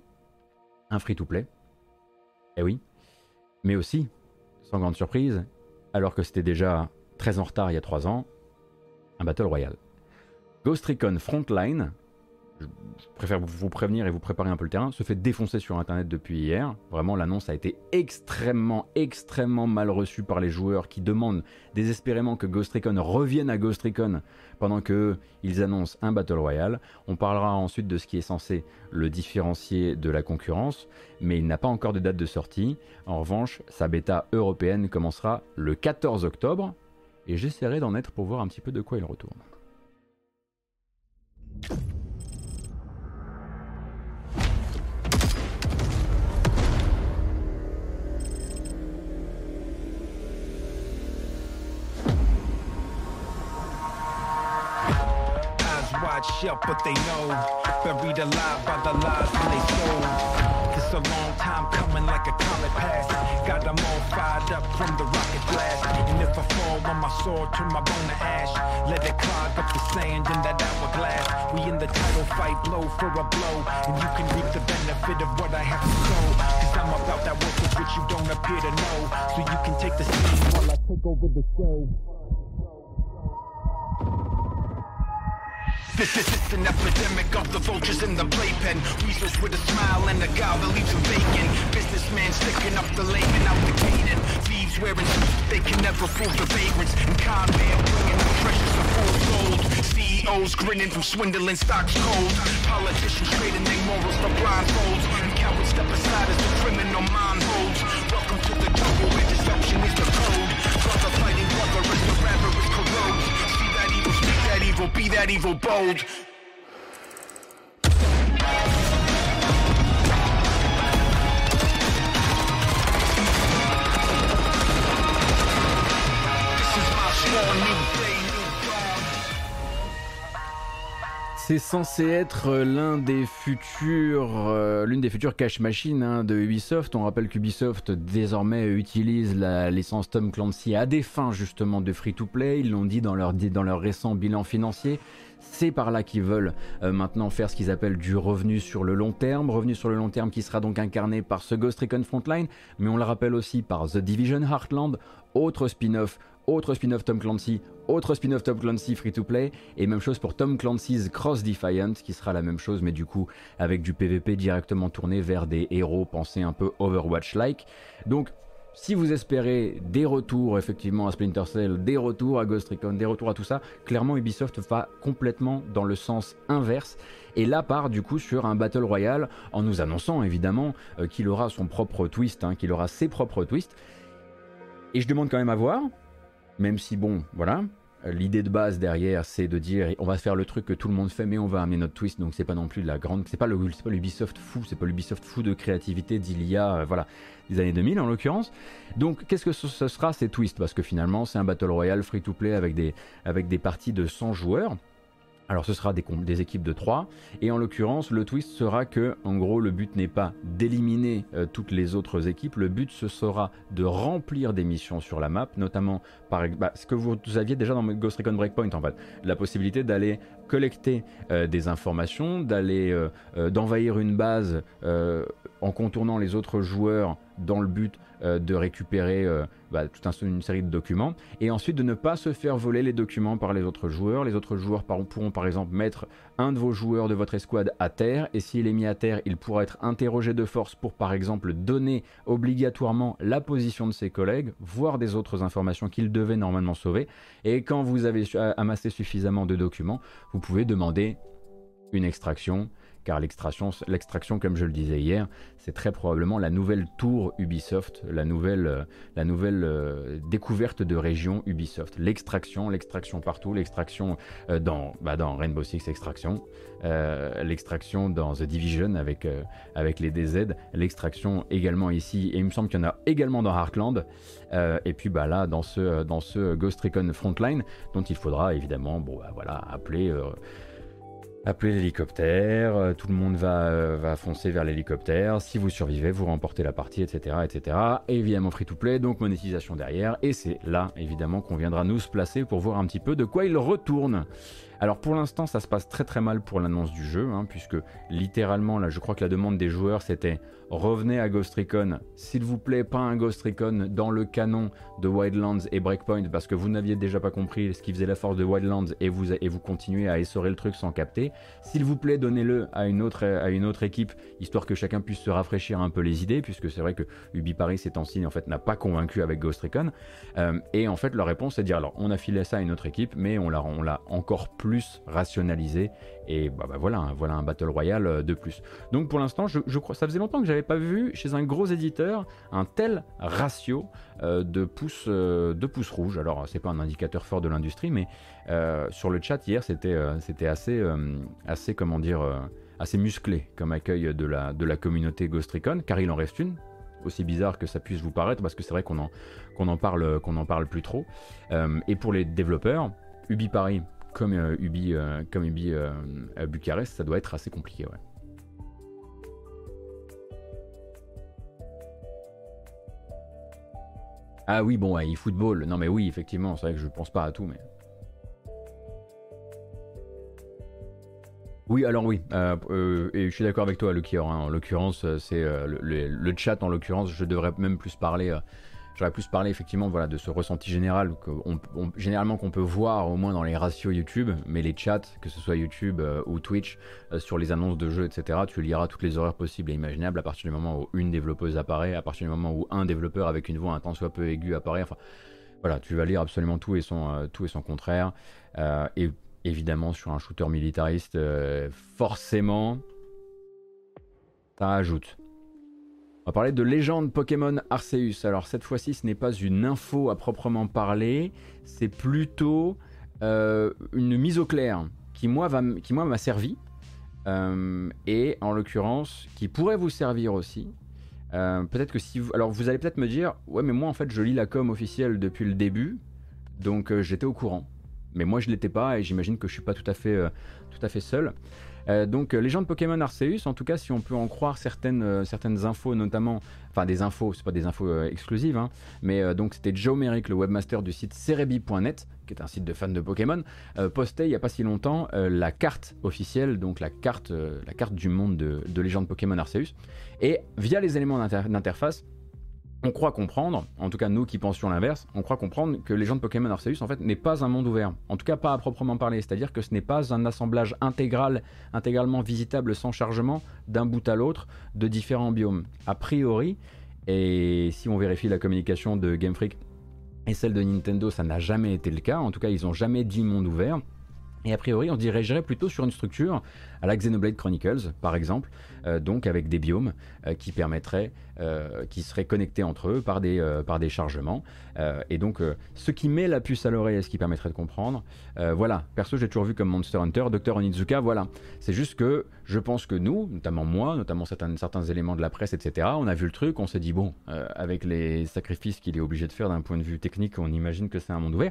un free-to-play, et oui, mais aussi, sans grande surprise, alors que c'était déjà très en retard il y a trois ans, un Battle Royale. Ghost Recon Frontline, je préfère vous prévenir et vous préparer un peu le terrain, se fait défoncer sur internet depuis hier. Vraiment, l'annonce a été extrêmement, extrêmement mal reçue par les joueurs qui demandent désespérément que Ghost Recon revienne à Ghost Recon pendant qu'ils annoncent un Battle Royale. On parlera ensuite de ce qui est censé le différencier de la concurrence, mais il n'a pas encore de date de sortie. En revanche, sa bêta européenne commencera le quatorze octobre, et j'essaierai d'en être pour voir un petit peu de quoi il retourne. shelf, but they know. Buried alive by the lies when they sold. It's a long time coming like a comet pass. Got them all fired up from the rocket blast. And if I fall on my sword, turn my bone to ash. Let it clog up the sand in that hourglass. We in the title fight, blow for a blow. And you can reap the benefit of what I have to sow. Cause I'm about that work of which you don't appear to know. So you can take the scene while I take over the show. This is it's an epidemic of the vultures in the playpen. Weasels with a smile and a guile that leaves them vacant. Businessmen sticking up the layman out the gate. Thieves wearing suits they can never prove the vagrants. And con man bringing the treasures of full gold. C E Os grinning from swindling stocks cold. Politicians trading their morals for blindfolds. And cowards step aside as the criminal mind holds. Welcome to the jungle where deception is the code. Brother fighting brother as the avarice corrodes. See that evil, speak that evil, be that evil bold. C'est censé être l'un des futurs, euh, l'une des futures cash machines hein, de Ubisoft. On rappelle qu'Ubisoft désormais utilise la licence Tom Clancy à des fins justement de free-to-play. Ils l'ont dit dans leur, dans leur récent bilan financier. C'est par là qu'ils veulent euh, maintenant faire ce qu'ils appellent du revenu sur le long terme. Revenu sur le long terme qui sera donc incarné par ce Ghost Recon Frontline, mais on le rappelle aussi par The Division Heartland, autre spin-off, autre spin-off Tom Clancy, autre spin-off Tom Clancy free-to-play, et même chose pour Tom Clancy's Cross Defiant, qui sera la même chose, mais du coup avec du P V P directement tourné vers des héros pensés un peu Overwatch-like. Donc, si vous espérez des retours effectivement à Splinter Cell, des retours à Ghost Recon, des retours à tout ça, clairement Ubisoft va complètement dans le sens inverse. Et là part du coup sur un Battle Royale en nous annonçant évidemment euh, qu'il aura son propre twist, hein, qu'il aura ses propres twists. Et je demande quand même à voir, même si bon, voilà, l'idée de base derrière c'est de dire on va faire le truc que tout le monde fait mais on va amener notre twist, donc c'est pas non plus de la grande, c'est pas le c'est pas l'Ubisoft fou, c'est pas l'Ubisoft fou de créativité d'il y a euh, voilà des années deux mille en l'occurrence. Donc qu'est-ce que ce, ce sera ces twists, parce que finalement c'est un Battle Royale free to play avec des avec des parties de cent joueurs. Alors ce sera des, des équipes de trois, et en l'occurrence le twist sera que en gros le but n'est pas d'éliminer euh, toutes les autres équipes, le but ce sera de remplir des missions sur la map, notamment par bah, ce que vous, vous aviez déjà dans Ghost Recon Breakpoint en fait, la possibilité d'aller collecter euh, des informations, d'aller euh, euh, d'envahir une base euh, en contournant les autres joueurs dans le but euh, de récupérer euh, bah, toute un, une série de documents, et ensuite de ne pas se faire voler les documents par les autres joueurs. Les autres joueurs par, pourront par exemple mettre un de vos joueurs de votre escouade à terre, et s'il est mis à terre, il pourra être interrogé de force pour par exemple donner obligatoirement la position de ses collègues, voire des autres informations qu'il devait normalement sauver. Et quand vous avez amassé suffisamment de documents, vous pouvez demander une extraction, car l'extraction, l'extraction, comme je le disais hier, c'est très probablement la nouvelle tour Ubisoft, la nouvelle, euh, la nouvelle euh, découverte de région Ubisoft. L'extraction, l'extraction partout, l'extraction euh, dans, bah dans Rainbow Six Extraction, euh, l'extraction dans The Division avec, euh, avec les D Z, l'extraction également ici, et il me semble qu'il y en a également dans Heartland, euh, et puis bah là dans ce, dans ce Ghost Recon Frontline, dont il faudra évidemment bon, bah, voilà, appeler... Euh, Appelez l'hélicoptère, euh, tout le monde va, euh, va foncer vers l'hélicoptère, si vous survivez, vous remportez la partie, et cetera, et cetera. Et évidemment free to play, donc monétisation derrière, et c'est là évidemment qu'on viendra nous se placer pour voir un petit peu de quoi il retourne. Alors pour l'instant ça se passe très très mal pour l'annonce du jeu, hein, puisque littéralement là je crois que la demande des joueurs c'était revenez à Ghost Recon, s'il vous plaît pas un Ghost Recon dans le canon de Wildlands et Breakpoint, parce que vous n'aviez déjà pas compris ce qui faisait la force de Wildlands et vous, et vous continuez à essorer le truc sans capter. S'il vous plaît donnez-le à une autre, à une autre équipe, histoire que chacun puisse se rafraîchir un peu les idées, puisque c'est vrai que Ubi Paris ces temps-ci en fait n'a pas convaincu avec Ghost Recon, euh, et en fait leur réponse c'est de dire alors on a filé ça à une autre équipe mais on l'a, on l'a encore plus rationalisé, et bah, bah voilà, voilà un Battle Royale de plus. Donc pour l'instant je, je crois, ça faisait longtemps que j'avais pas vu chez un gros éditeur un tel ratio euh, de pouces euh, de pouces rouges. Alors c'est pas un indicateur fort de l'industrie, mais euh, sur le chat hier c'était euh, c'était assez euh, assez comment dire euh, assez musclé comme accueil de la de la communauté Ghost Recon, car il en reste une, aussi bizarre que ça puisse vous paraître, parce que c'est vrai qu'on en qu'on en parle qu'on en parle plus trop. Euh, et pour les développeurs, Ubi Paris comme euh, Ubi, euh, comme Ubi euh, à Bucarest, ça doit être assez compliqué, ouais. Ah oui, bon, ouais, eFootball. Non mais oui, effectivement, c'est vrai que je pense pas à tout, mais... Oui, alors oui, euh, euh, et je suis d'accord avec toi, Lucky, hein, en l'occurrence, c'est euh, le, le, le chat, en l'occurrence, je devrais même plus parler... Euh, J'aurais plus parlé effectivement voilà, de ce ressenti général, que on, on, généralement qu'on peut voir au moins dans les ratios YouTube, mais les chats, que ce soit YouTube euh, ou Twitch, euh, sur les annonces de jeux, et cetera, tu liras toutes les horreurs possibles et imaginables à partir du moment où une développeuse apparaît, à partir du moment où un développeur avec une voix un tant soit peu aiguë apparaît, enfin voilà, tu vas lire absolument tout et son, euh, tout et son contraire. Euh, et évidemment sur un shooter militariste, euh, forcément, ça rajoute. On va parler de légende Pokémon Arceus. Alors cette fois-ci, ce n'est pas une info à proprement parler, c'est plutôt euh, une mise au clair qui moi va, qui moi m'a servi euh, et en l'occurrence qui pourrait vous servir aussi. Euh, peut-être que si vous, alors vous allez peut-être me dire, ouais mais moi en fait je lis la com officielle depuis le début, donc euh, j'étais au courant. Mais moi je l'étais pas et j'imagine que je suis pas tout à fait, euh, tout à fait seul. Euh, donc euh, légende Pokémon Arceus, en tout cas si on peut en croire certaines, euh, certaines infos notamment, enfin des infos, c'est pas des infos euh, exclusives, hein, mais euh, donc c'était Joe Merrick, le webmaster du site Cerebi point net, qui est un site de fans de Pokémon, euh, postait il y a pas si longtemps euh, la carte officielle, donc la carte, euh, la carte du monde de, de légende Pokémon Arceus, et via les éléments d'inter- d'interface, on croit comprendre, en tout cas nous qui pensions l'inverse, on croit comprendre que Légende Pokémon Arceus en fait n'est pas un monde ouvert, en tout cas pas à proprement parler, c'est-à-dire que ce n'est pas un assemblage intégral, intégralement visitable sans chargement d'un bout à l'autre de différents biomes. A priori, et si on vérifie la communication de Game Freak et celle de Nintendo, ça n'a jamais été le cas, en tout cas ils n'ont jamais dit monde ouvert. Et a priori, on dirigerait plutôt sur une structure à la Xenoblade Chronicles, par exemple, euh, donc avec des biomes euh, qui permettraient, euh, qui seraient connectés entre eux par des, euh, par des chargements. Euh, et donc, euh, ce qui met la puce à l'oreille et ce qui permettrait de comprendre, euh, voilà, perso, j'ai toujours vu comme Monster Hunter, Docteur Onizuka, voilà. C'est juste que je pense que nous, notamment moi, notamment certains, certains éléments de la presse, et cetera, on a vu le truc, on s'est dit, bon, euh, avec les sacrifices qu'il est obligé de faire d'un point de vue technique, on imagine que c'est un monde ouvert.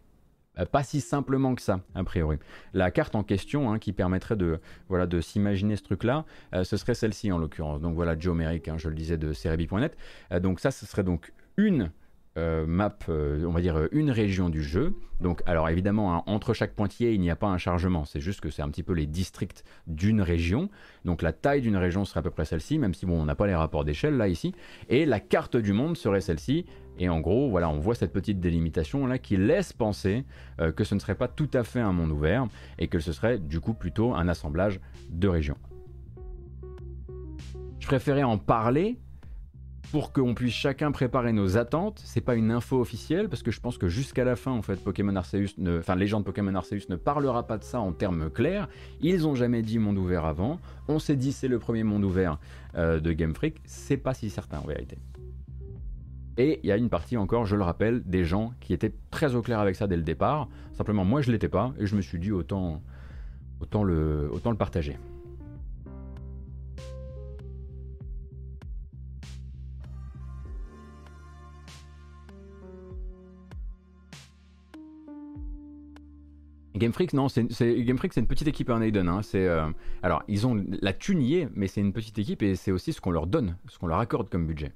Pas si simplement que ça, a priori. La carte en question, hein, qui permettrait de, voilà, de s'imaginer ce truc-là, euh, ce serait celle-ci en l'occurrence. Donc voilà, Joe Merrick, hein, je le disais, de Cerebi point net. Euh, donc ça, ce serait donc une euh, map, euh, on va dire une région du jeu. Donc alors évidemment, hein, entre chaque pointillé, il n'y a pas un chargement. C'est juste que c'est un petit peu les districts d'une région. Donc la taille d'une région serait à peu près celle-ci, même si bon, on n'a pas les rapports d'échelle là, ici. Et la carte du monde serait celle-ci. Et en gros, voilà, on voit cette petite délimitation là qui laisse penser euh, que ce ne serait pas tout à fait un monde ouvert et que ce serait du coup plutôt un assemblage de régions. Je préférais en parler pour qu'on puisse chacun préparer nos attentes. C'est pas une info officielle parce que je pense que jusqu'à la fin, en fait, Pokémon Arceus, ne, enfin, Légende Pokémon Arceus ne parlera pas de ça en termes clairs. Ils ont jamais dit monde ouvert avant. On s'est dit c'est le premier monde ouvert euh, de Game Freak. C'est pas si certain en vérité. Et il y a une partie encore, je le rappelle, des gens qui étaient très au clair avec ça dès le départ. Simplement, moi, je l'étais pas, et je me suis dit autant, autant, le, autant le partager. Game Freak, non, c'est, c'est, Game Freak, c'est une petite équipe à Aiden. Hein, c'est, euh, alors, ils ont la thune y est, mais c'est une petite équipe, et c'est aussi ce qu'on leur donne, ce qu'on leur accorde comme budget.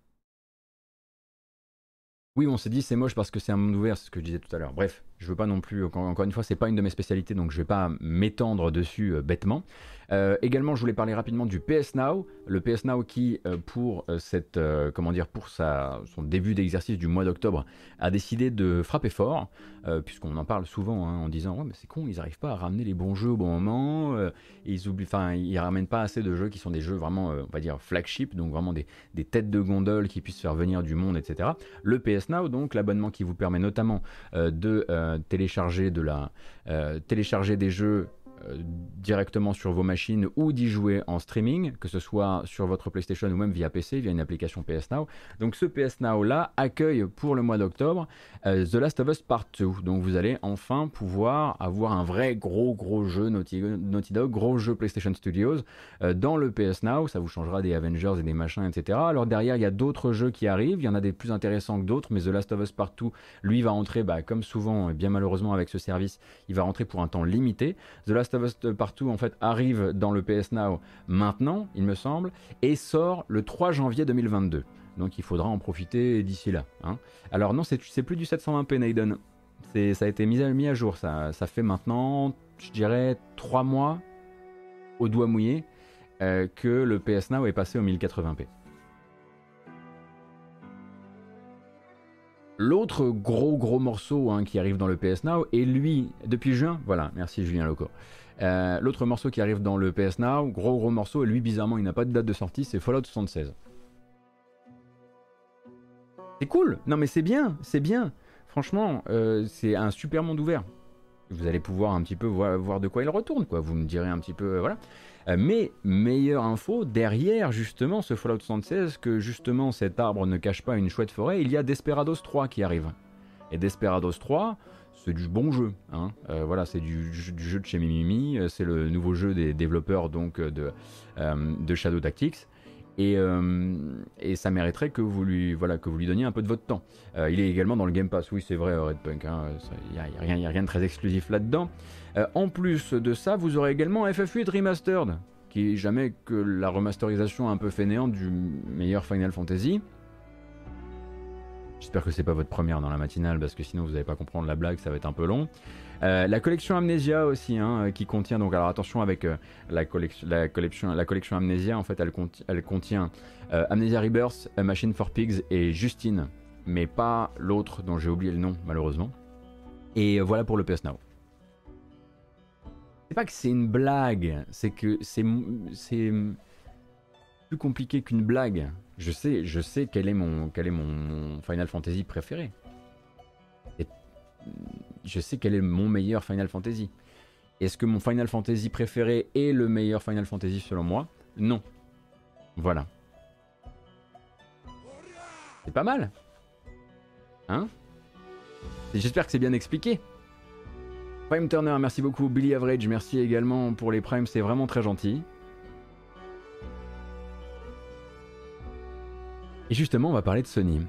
Oui, on s'est dit c'est moche parce que c'est un monde ouvert, c'est ce que je disais tout à l'heure. Bref, je veux pas non plus, encore, encore une fois, c'est pas une de mes spécialités, donc je vais pas m'étendre dessus euh, bêtement. Euh, également, je voulais parler rapidement du P S Now, le P S Now qui, euh, pour euh, cette, euh, comment dire, pour sa, son début d'exercice du mois d'octobre, a décidé de frapper fort, euh, puisqu'on en parle souvent hein, en disant ouais mais c'est con, ils arrivent pas à ramener les bons jeux au bon moment, euh, ils oublient, enfin ils ramènent pas assez de jeux qui sont des jeux vraiment, euh, on va dire flagship, donc vraiment des, des têtes de gondole qui puissent faire venir du monde, et cetera. Le P S Now, donc l'abonnement qui vous permet notamment euh, de euh, télécharger de la, euh, télécharger des jeux euh, directement sur vos machines ou d'y jouer en streaming, que ce soit sur votre PlayStation ou même via P C, via une application P S Now. Donc ce P S Now là accueille pour le mois d'octobre euh, The Last of Us Part deux. Donc vous allez enfin pouvoir avoir un vrai gros gros jeu Naughty, Naughty Dog, gros jeu PlayStation Studios euh, dans le P S Now. Ça vous changera des Avengers et des machins, et cetera. Alors derrière, il y a d'autres jeux qui arrivent. Il y en a des plus intéressants que d'autres, mais The Last of Us Part deux, lui, va entrer, bah, comme souvent, et bien malheureusement avec ce service, il va rentrer pour un temps limité. The Last of Us Part deux, en fait, arrive dans le P S Now maintenant, il me semble, et sort le trois janvier deux mille vingt-deux. Donc il faudra en profiter d'ici là. Hein. Alors non, c'est, c'est plus du sept cent vingt p, Naiden. C'est, ça a été mis à, mis à jour. Ça, ça fait maintenant, je dirais, trois mois au doigt mouillé euh, que le P S Now est passé au mille quatre-vingts p. L'autre gros gros morceau hein, qui arrive dans le P S Now, et lui, depuis juin, voilà, merci Julien Loco. Euh, l'autre morceau qui arrive dans le P S Now, gros gros morceau, et lui bizarrement il n'a pas de date de sortie, c'est Fallout soixante-seize. C'est cool, non mais c'est bien, c'est bien. Franchement, euh, c'est un super monde ouvert. Vous allez pouvoir un petit peu voir, voir de quoi il retourne, quoi. Vous me direz un petit peu, euh, voilà. Euh, mais meilleure info, derrière justement ce Fallout soixante-seize, que justement cet arbre ne cache pas une chouette forêt, il y a Desperados trois qui arrive. Et Desperados trois, c'est du bon jeu, hein. Euh, voilà, c'est du, du jeu de chez Mimimi, c'est le nouveau jeu des développeurs donc de, euh, de Shadow Tactics. Et, euh, et ça mériterait que vous lui, voilà, que vous lui donniez un peu de votre temps. Euh, il est également dans le Game Pass, oui c'est vrai Red Punk, hein, il n'y a, a, a rien de très exclusif là-dedans. Euh, en plus de ça, vous aurez également F F huit Remastered, qui est jamais que la remasterisation un peu fainéante du meilleur Final Fantasy. J'espère que c'est pas votre première dans la matinale, parce que sinon vous n'allez pas comprendre la blague, ça va être un peu long. Euh, la collection Amnesia aussi, hein, qui contient, donc alors attention avec euh, la, collection, la, collection, la collection Amnesia, en fait elle, conti- elle contient euh, Amnesia Rebirth, A Machine for Pigs et Justine, mais pas l'autre dont j'ai oublié le nom malheureusement. Et euh, voilà pour le P S Now. C'est pas que c'est une blague, c'est que c'est, c'est plus compliqué qu'une blague. Je sais, je sais quel est mon, quel est mon, mon Final Fantasy préféré. Et je sais quel est mon meilleur Final Fantasy. Est-ce que mon Final Fantasy préféré est le meilleur Final Fantasy selon moi? Non. Voilà. C'est pas mal. Hein? Et j'espère que c'est bien expliqué. Prime Turner, merci beaucoup. Billy Average, merci également pour les primes, c'est vraiment très gentil. Et justement, on va parler de Sony.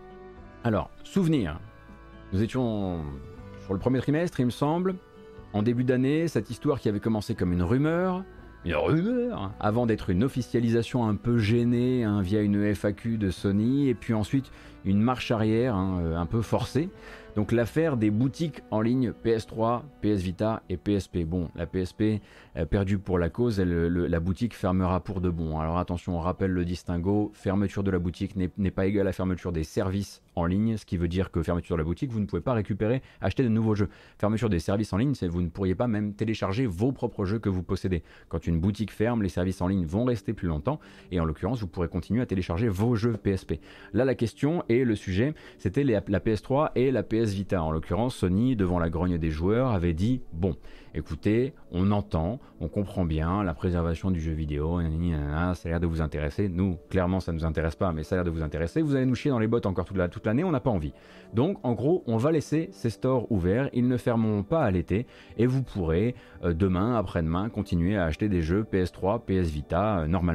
Alors, souvenir. Nous étions sur le premier trimestre, il me semble, en début d'année, cette histoire qui avait commencé comme une rumeur, une rumeur, avant d'être une officialisation un peu gênée hein, via une F A Q de Sony, et puis ensuite une marche arrière hein, un peu forcée. Donc l'affaire des boutiques en ligne P S trois, P S Vita et P S P. Bon, la P S P euh, perdue pour la cause, elle, le, la boutique fermera pour de bon. Alors attention, on rappelle le distinguo, fermeture de la boutique n'est, n'est pas égale à fermeture des services en ligne, ce qui veut dire que fermeture de la boutique, vous ne pouvez pas récupérer, acheter de nouveaux jeux. Fermeture des services en ligne, c'est vous ne pourriez pas même télécharger vos propres jeux que vous possédez. Quand une boutique ferme, les services en ligne vont rester plus longtemps, et en l'occurrence, vous pourrez continuer à télécharger vos jeux P S P. Là, la question et le sujet, c'était les, la P S trois et la P S Vita. En l'occurrence, Sony, devant la grogne des joueurs, avait dit « Bon, écoutez, on entend, on comprend bien la préservation du jeu vidéo, ça a l'air de vous intéresser. Nous, clairement, ça ne nous intéresse pas, mais ça a l'air de vous intéresser. Vous allez nous chier dans les bottes encore toute, la, toute l'année, on n'a pas envie. Donc, en gros, on va laisser ces stores ouverts, ils ne fermeront pas à l'été, et vous pourrez, euh, demain, après-demain, continuer à acheter des jeux P S trois, P S Vita, euh, normalement. »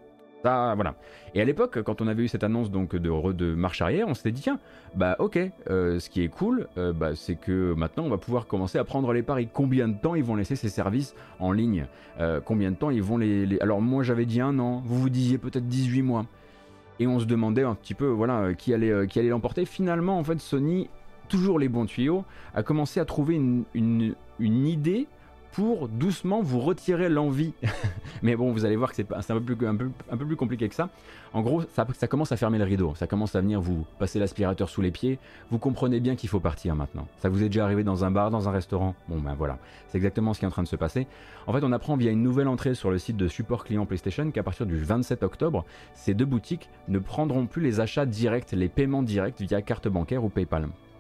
Ça, voilà. Et à l'époque, quand on avait eu cette annonce donc de, de marche arrière, on s'était dit tiens, bah ok, euh, ce qui est cool, euh, bah, c'est que maintenant on va pouvoir commencer à prendre les paris. Combien de temps ils vont laisser ces services en ligne euh, Combien de temps ils vont les, les... Alors moi j'avais dit un an, vous vous disiez peut-être dix-huit mois. Et on se demandait un petit peu voilà, qui allait, euh, qui allait l'emporter. Finalement, en fait, Sony, toujours les bons tuyaux, a commencé à trouver une, une, une idée pour doucement vous retirer l'envie. Mais bon, vous allez voir que c'est, c'est un, peu plus, un, peu, un peu plus compliqué que ça. En gros, ça, ça commence à fermer le rideau, ça commence à venir vous passer l'aspirateur sous les pieds. Vous comprenez bien qu'il faut partir maintenant. Ça vous est déjà arrivé dans un bar, dans un restaurant? Bon ben voilà, c'est exactement ce qui est en train de se passer. En fait, on apprend via une nouvelle entrée sur le site de support client PlayStation qu'à partir du vingt-sept octobre, ces deux boutiques ne prendront plus les achats directs, les paiements directs via carte bancaire ou PayPal.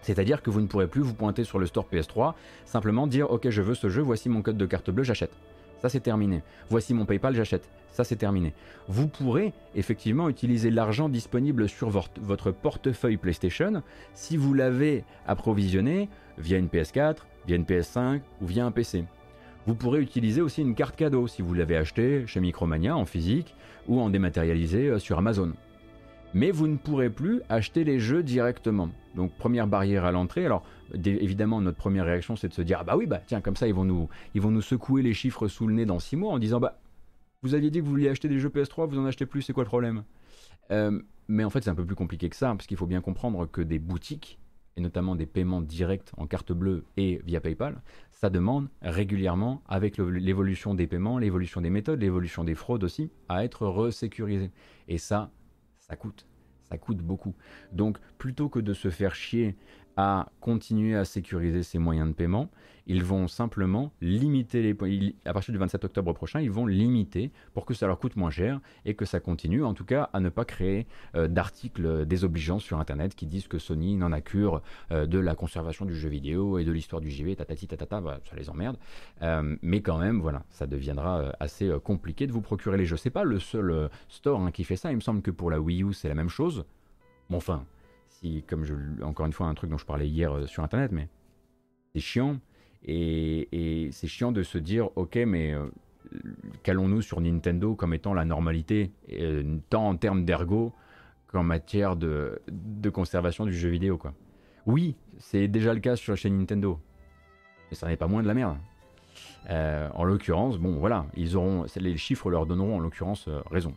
C'est-à-dire que vous ne pourrez plus vous pointer sur le store P S trois, simplement dire ok je veux ce jeu, voici mon code de carte bleue, j'achète. Ça c'est terminé. Voici mon PayPal, j'achète. Ça c'est terminé. Vous pourrez effectivement utiliser l'argent disponible sur votre portefeuille PlayStation si vous l'avez approvisionné via une P S quatre, via une P S cinq ou via un P C. Vous pourrez utiliser aussi une carte cadeau si vous l'avez acheté chez Micromania en physique ou en dématérialisé sur Amazon. Mais vous ne pourrez plus acheter les jeux directement. Donc première barrière à l'entrée. Alors évidemment notre première réaction c'est de se dire ah bah oui bah tiens comme ça ils vont nous ils vont nous secouer les chiffres sous le nez dans six mois en disant bah vous aviez dit que vous vouliez acheter des jeux P S trois, vous en achetez plus, c'est quoi le problème? euh, Mais en fait c'est un peu plus compliqué que ça parce qu'il faut bien comprendre que des boutiques et notamment des paiements directs en carte bleue et via PayPal, ça demande régulièrement, avec le, l'évolution des paiements, l'évolution des méthodes, l'évolution des fraudes aussi, à être resécurisé. Et ça, ça coûte. Ça coûte beaucoup. Donc, plutôt que de se faire chier à continuer à sécuriser ces moyens de paiement, ils vont simplement limiter les points. À partir du vingt-sept octobre prochain, ils vont limiter pour que ça leur coûte moins cher et que ça continue, en tout cas, à ne pas créer euh, d'articles désobligeants sur Internet qui disent que Sony n'en a cure euh, de la conservation du jeu vidéo et de l'histoire du J V, tatati tatata, bah, ça les emmerde. Euh, mais quand même, voilà, ça deviendra assez euh, compliqué de vous procurer les jeux. C'est pas le seul euh, store hein, qui fait ça. Il me semble que pour la Wii U, c'est la même chose. Bon, enfin, si, comme je, encore une fois, un truc dont je parlais hier euh, sur Internet, mais c'est chiant. Et, et c'est chiant de se dire ok mais euh, calons-nous sur Nintendo comme étant la normalité euh, tant en termes d'ergo qu'en matière de, de conservation du jeu vidéo quoi. Oui c'est déjà le cas sur chez Nintendo mais ça n'est pas moins de la merde. Euh, en l'occurrence bon voilà ils auront les chiffres leur donneront en l'occurrence euh, raison.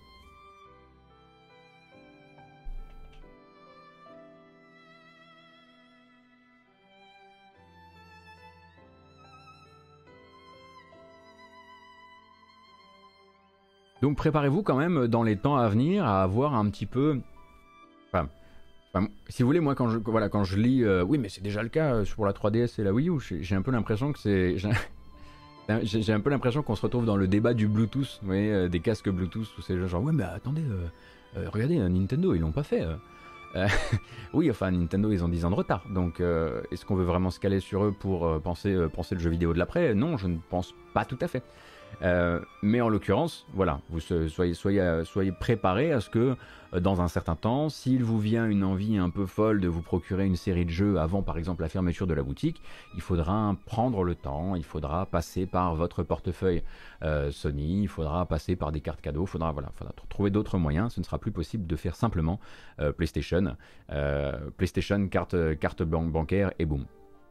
Donc préparez-vous quand même dans les temps à venir à avoir un petit peu... Enfin, enfin si vous voulez, moi quand je, voilà, quand je lis... Euh, oui mais c'est déjà le cas pour la trois D S et la Wii U, j'ai un peu l'impression que c'est... J'ai un peu l'impression qu'on se retrouve dans le débat du Bluetooth, vous voyez, euh, des casques Bluetooth, où c'est genre, ouais mais attendez, euh, euh, regardez, Nintendo ils l'ont pas fait. Euh. Euh, oui, enfin Nintendo ils ont dix ans de retard, donc euh, est-ce qu'on veut vraiment se caler sur eux pour euh, penser, euh, penser le jeu vidéo de l'après? Non, je ne pense pas tout à fait. Euh, mais en l'occurrence, voilà, vous soyez, soyez, soyez préparés à ce que euh, dans un certain temps, s'il vous vient une envie un peu folle de vous procurer une série de jeux avant par exemple la fermeture de la boutique, il faudra prendre le temps, il faudra passer par votre portefeuille euh, Sony, il faudra passer par des cartes cadeaux, il faudra, voilà, faudra trouver d'autres moyens, ce ne sera plus possible de faire simplement euh, PlayStation, euh, PlayStation carte, carte ban- bancaire et boum.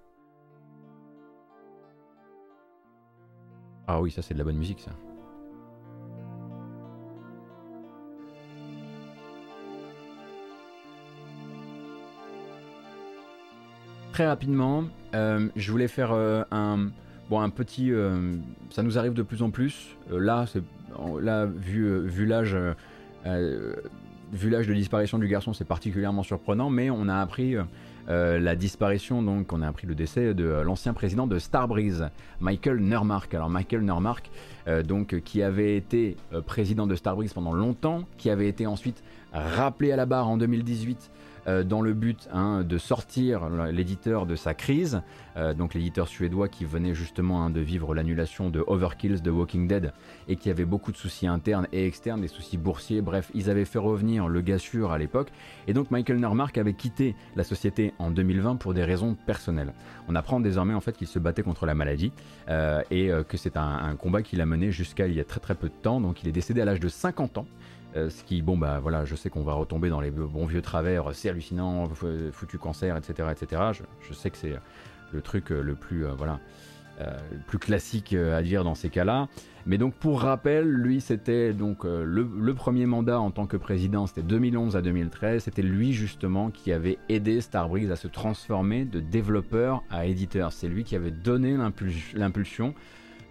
Ah oui, ça c'est de la bonne musique ça. Très rapidement, euh, je voulais faire euh, un, bon, un petit... Euh, ça nous arrive de plus en plus. Euh, là, c'est, là, vu, euh, vu l'âge... Euh, vu l'âge de disparition du garçon, c'est particulièrement surprenant, mais on a appris... Euh, Euh, la disparition, donc on a appris le décès de euh, l'ancien président de Starbreeze, Michael Nurmark. Alors Michael Nurmark, euh, donc, qui avait été euh, président de Starbreeze pendant longtemps, qui avait été ensuite rappelé à la barre en deux mille dix-huit euh, dans le but hein, de sortir l'éditeur de sa crise, euh, donc l'éditeur suédois qui venait justement hein, de vivre l'annulation de Overkill's de Walking Dead et qui avait beaucoup de soucis internes et externes, des soucis boursiers, bref, ils avaient fait revenir le gars sûr à l'époque, et donc Michael Nurmark avait quitté la société en deux mille vingt pour des raisons personnelles. On apprend désormais en fait qu'il se battait contre la maladie euh, et euh, que c'est un, un combat qu'il a mené jusqu'à il y a très très peu de temps, donc il est décédé à l'âge de cinquante ans. Euh, ce qui, bon bah voilà, je sais qu'on va retomber dans les bons vieux travers, c'est hallucinant, foutu cancer, et cetera, et cetera. Je, je sais que c'est le truc le plus, euh, voilà, euh, le plus classique à dire dans ces cas-là. Mais donc pour rappel, lui c'était donc euh, le, le premier mandat en tant que président, c'était deux mille onze à deux mille treize. C'était lui justement qui avait aidé Starbreeze à se transformer de développeur à éditeur. C'est lui qui avait donné l'impulsion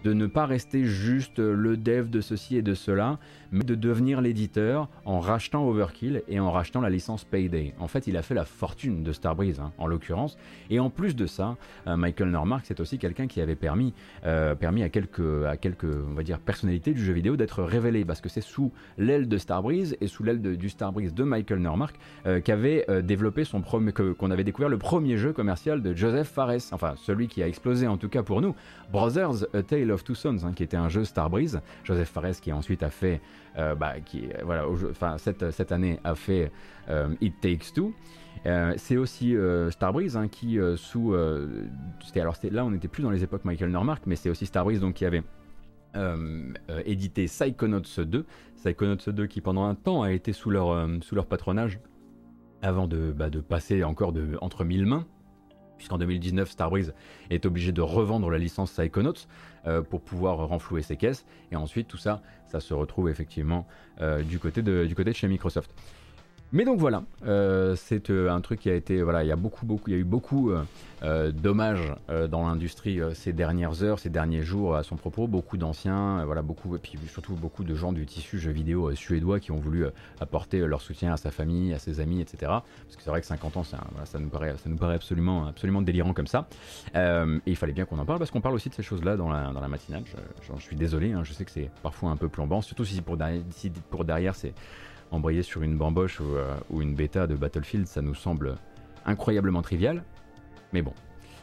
de ne pas rester juste le dev de ceci et de cela, mais de devenir l'éditeur en rachetant Overkill et en rachetant la licence Payday. En fait, il a fait la fortune de Starbreeze, hein, en l'occurrence. Et en plus de ça, euh, Michael Normark, c'est aussi quelqu'un qui avait permis, euh, permis à quelques, à quelques, on va dire, personnalités du jeu vidéo d'être révélées, parce que c'est sous l'aile de Starbreeze et sous l'aile de, du Starbreeze de Michael Normark euh, qu'avait euh, développé son premier, que, qu'on avait découvert le premier jeu commercial de Joseph Fares, enfin celui qui a explosé en tout cas pour nous, Brothers, A Tale of Two Sons, hein, qui était un jeu Starbreeze. Joseph Fares qui ensuite a fait, euh, bah, qui, voilà, enfin cette, cette année a fait euh, It Takes Two. Euh, c'est aussi euh, Starbreeze, hein, qui euh, sous, euh, c'était, alors c'était, là on n'était plus dans les époques Michael Normark, mais c'est aussi Starbreeze donc qui avait Euh, euh, édité Psychonauts deux, Psychonauts deux qui pendant un temps a été sous leur, euh, sous leur patronage avant de, bah, de passer encore de, entre mille mains, puisqu'en deux mille dix-neuf Starbreeze est obligé de revendre la licence Psychonauts euh, pour pouvoir renflouer ses caisses, et ensuite tout ça, ça se retrouve effectivement euh, du, côté de, du côté de chez Microsoft. Mais donc voilà, euh, c'est euh, un truc qui a été, voilà, il y a beaucoup, beaucoup, il y a eu beaucoup euh, euh, d'hommages euh, dans l'industrie euh, ces dernières heures, ces derniers jours à son propos, beaucoup d'anciens, euh, voilà, beaucoup, et puis surtout beaucoup de gens du tissu jeux vidéo euh, suédois qui ont voulu euh, apporter leur soutien à sa famille, à ses amis, et cetera. Parce que c'est vrai que cinquante ans, un, voilà, ça nous paraît, ça nous paraît absolument, absolument délirant comme ça. Euh, et il fallait bien qu'on en parle parce qu'on parle aussi de ces choses-là dans la, dans la matinale. Je, j'en suis désolé, hein, je sais que c'est parfois un peu plombant, surtout si pour derrière, si pour derrière c'est embrayé sur une bamboche ou, euh, ou une bêta de Battlefield, ça nous semble incroyablement trivial. Mais bon.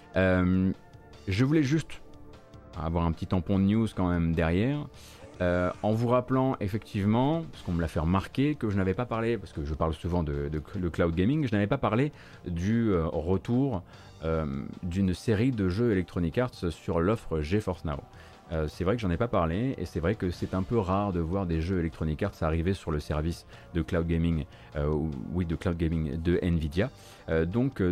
Euh, je voulais juste avoir un petit tampon de news quand même derrière, euh, en vous rappelant effectivement, parce qu'on me l'a fait remarquer, que je n'avais pas parlé, parce que je parle souvent de, de, de cloud gaming, je n'avais pas parlé du euh, retour euh, d'une série de jeux Electronic Arts sur l'offre GeForce Now. Euh, c'est vrai que j'en ai pas parlé, et c'est vrai que c'est un peu rare de voir des jeux Electronic Arts arriver sur le service de cloud gaming, euh, oui, de cloud gaming de Nvidia. Euh, donc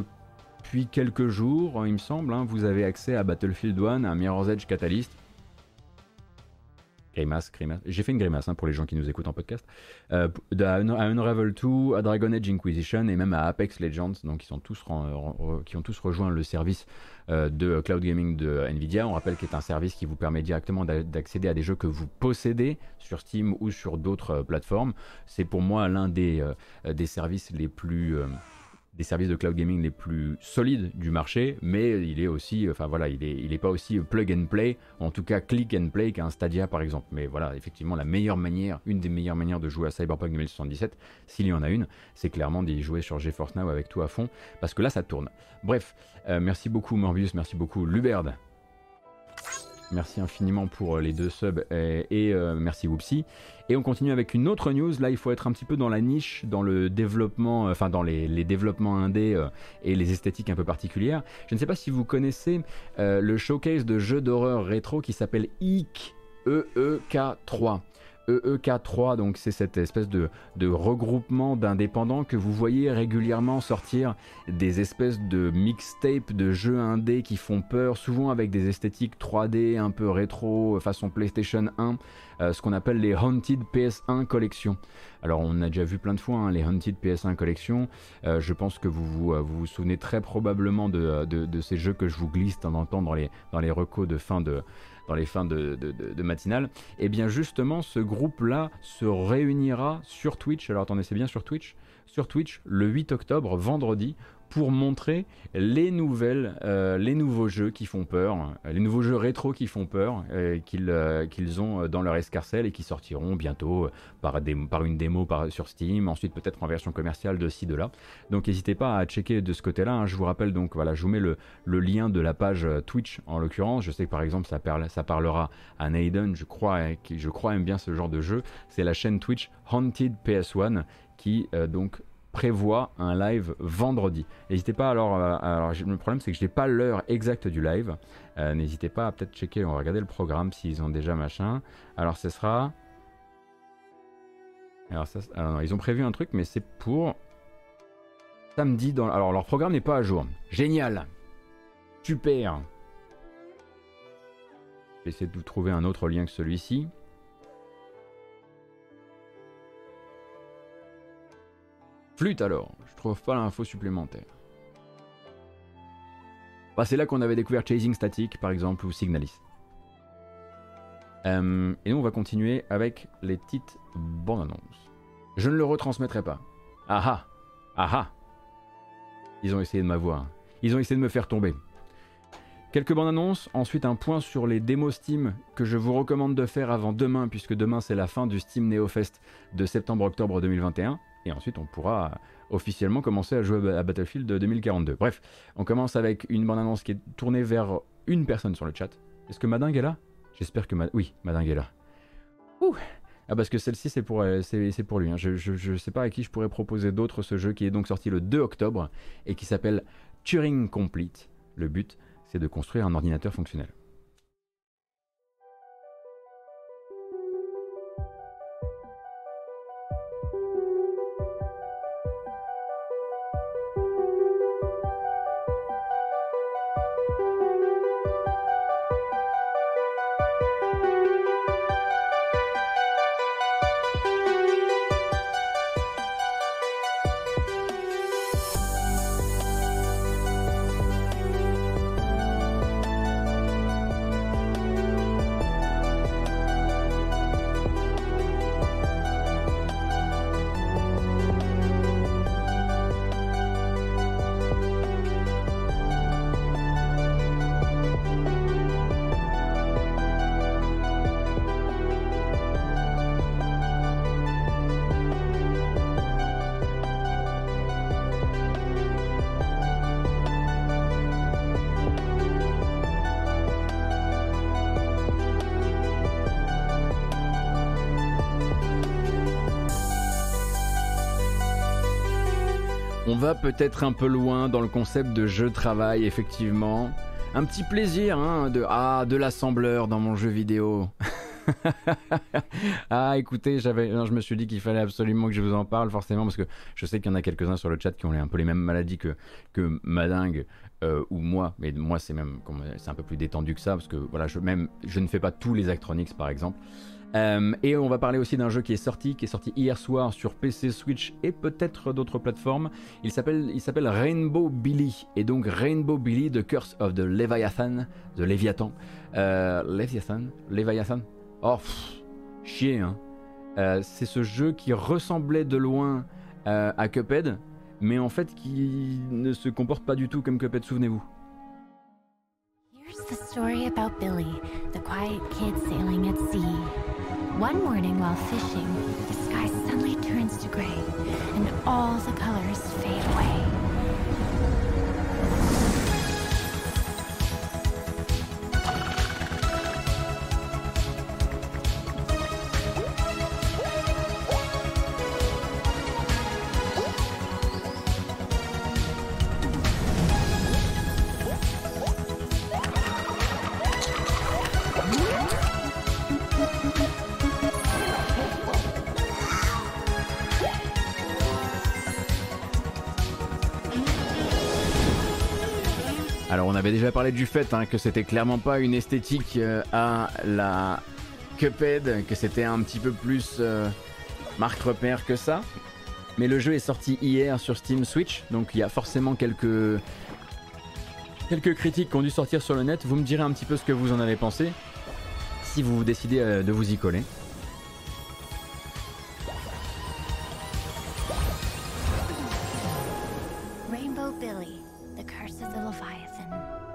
depuis quelques jours, il me semble, hein, vous avez accès à Battlefield un, à Mirror's Edge Catalyst. Grimace, grimace. J'ai fait une grimace, hein, pour les gens qui nous écoutent en podcast. Euh, à Unravel deux, à Dragon Age Inquisition et même à Apex Legends, donc ils sont tous re, re, qui ont tous rejoint le service euh, de cloud gaming de Nvidia. On rappelle qu'il est un service qui vous permet directement d'accéder à des jeux que vous possédez sur Steam ou sur d'autres euh, plateformes. C'est pour moi l'un des, euh, des services les plus... Euh, des services de cloud gaming les plus solides du marché, mais il est aussi, enfin voilà, il est, il est pas aussi plug and play, en tout cas click and play qu'un Stadia par exemple. Mais voilà, effectivement, la meilleure manière, une des meilleures manières de jouer à Cyberpunk deux mille soixante-dix-sept, s'il y en a une, c'est clairement d'y jouer sur GeForce Now avec tout à fond, parce que là ça tourne. Bref, euh, merci beaucoup Morbius, merci beaucoup Luberd. Merci infiniment pour les deux subs et, et euh, merci Whoopsie. Et on continue avec une autre news. Là, il faut être un petit peu dans la niche, dans le développement, euh, enfin dans les, les développements indés euh, et les esthétiques un peu particulières. Je ne sais pas si vous connaissez euh, le showcase de jeux d'horreur rétro qui s'appelle E E K, E E K trois. E E K trois, donc c'est cette espèce de, de regroupement d'indépendants que vous voyez régulièrement sortir des espèces de mixtapes de jeux indés qui font peur, souvent avec des esthétiques trois D un peu rétro, façon PlayStation un, euh, ce qu'on appelle les Haunted P S un Collection. Alors on a déjà vu plein de fois hein, les Haunted P S un Collection, euh, je pense que vous vous, euh, vous vous souvenez très probablement de, de, de ces jeux que je vous glisse de temps en temps dans les, dans les recos de fin de... dans les fins de, de, de, de matinale, et bien justement ce groupe-là se réunira sur Twitch, alors attendez c'est bien sur Twitch, sur Twitch le huit octobre, vendredi, pour montrer les nouvelles, euh, les nouveaux jeux qui font peur, les nouveaux jeux rétro qui font peur, euh, qu'ils euh, qu'ils ont dans leur escarcelle et qui sortiront bientôt par, des, par une démo par, sur Steam, ensuite peut-être en version commerciale de ci, de là. Donc n'hésitez pas à checker de ce côté-là, hein. Je vous rappelle donc, voilà, je vous mets le, le lien de la page Twitch en l'occurrence. Je sais que par exemple ça, parle, ça parlera à Naden, je crois, qui je crois aime bien ce genre de jeu. C'est la chaîne Twitch Haunted P S un qui euh, donc prévoit un live vendredi. N'hésitez pas, alors, euh, alors le problème c'est que je n'ai pas l'heure exacte du live, euh, n'hésitez pas à peut-être checker, on va regarder le programme s'ils ont déjà machin. Alors ce sera... Alors, ça, alors non, ils ont prévu un truc mais c'est pour samedi dans... Alors leur programme n'est pas à jour. Génial. Super. Je vais essayer de vous trouver un autre lien que celui-ci. Flûte alors, je trouve pas l'info supplémentaire. Bah, c'est là qu'on avait découvert Chasing Static par exemple ou Signalis. Euh, et nous on va continuer avec les petites bandes annonces. Je ne le retransmettrai pas. Ah ah, ah ah. Ils ont essayé de m'avoir. Ils ont essayé de me faire tomber. Quelques bandes annonces, ensuite un point sur les démos Steam que je vous recommande de faire avant demain, puisque demain c'est la fin du Steam NeoFest de septembre-octobre deux mille vingt et un, et ensuite on pourra officiellement commencer à jouer à Battlefield deux mille quarante-deux. Bref, on commence avec une bande annonce qui est tournée vers une personne sur le chat. Est-ce que Madingue est là? J'espère que ma... oui, Madingue est là. Ouh. Ah parce que celle-ci c'est pour, c'est, c'est pour lui, hein. Je ne sais pas à qui je pourrais proposer d'autre ce jeu qui est donc sorti le deux octobre et qui s'appelle Turing Complete. Le but c'est de construire un ordinateur fonctionnel. On va peut-être un peu loin dans le concept de jeu de travail, effectivement. Un petit plaisir hein, de, ah, de l'assembleur dans mon jeu vidéo. Ah écoutez, j'avais, non, je me suis dit qu'il fallait absolument que je vous en parle forcément parce que je sais qu'il y en a quelques-uns sur le chat qui ont un peu les mêmes maladies que, que Madingue euh, ou moi, mais moi c'est même c'est un peu plus détendu que ça parce que voilà, je, même, je ne fais pas tous les Actronics par exemple. Euh, et on va parler aussi d'un jeu qui est sorti, qui est sorti hier soir sur P C, Switch et peut-être d'autres plateformes. Il s'appelle, il s'appelle Rainbow Billy, et donc Rainbow Billy, The Curse of the Leviathan, de Léviathan, euh, Léviathan, Léviathan. Oh, pff, chier, hein. Euh, c'est ce jeu qui ressemblait de loin euh, à Cuphead, mais en fait qui ne se comporte pas du tout comme Cuphead, souvenez-vous. Here's the story about Billy, the quiet kid sailing at sea. One morning while fishing, the sky suddenly turns to gray, and all the colors fade away. Alors on avait déjà parlé du fait hein, que c'était clairement pas une esthétique euh, à la Cuphead, que c'était un petit peu plus euh, marque repère que ça. Mais le jeu est sorti hier sur Steam Switch, donc il y a forcément quelques, quelques critiques qui ont dû sortir sur le net. Vous me direz un petit peu ce que vous en avez pensé, si vous décidez euh, de vous y coller. Rainbow Billy, the curse of the Leviathan.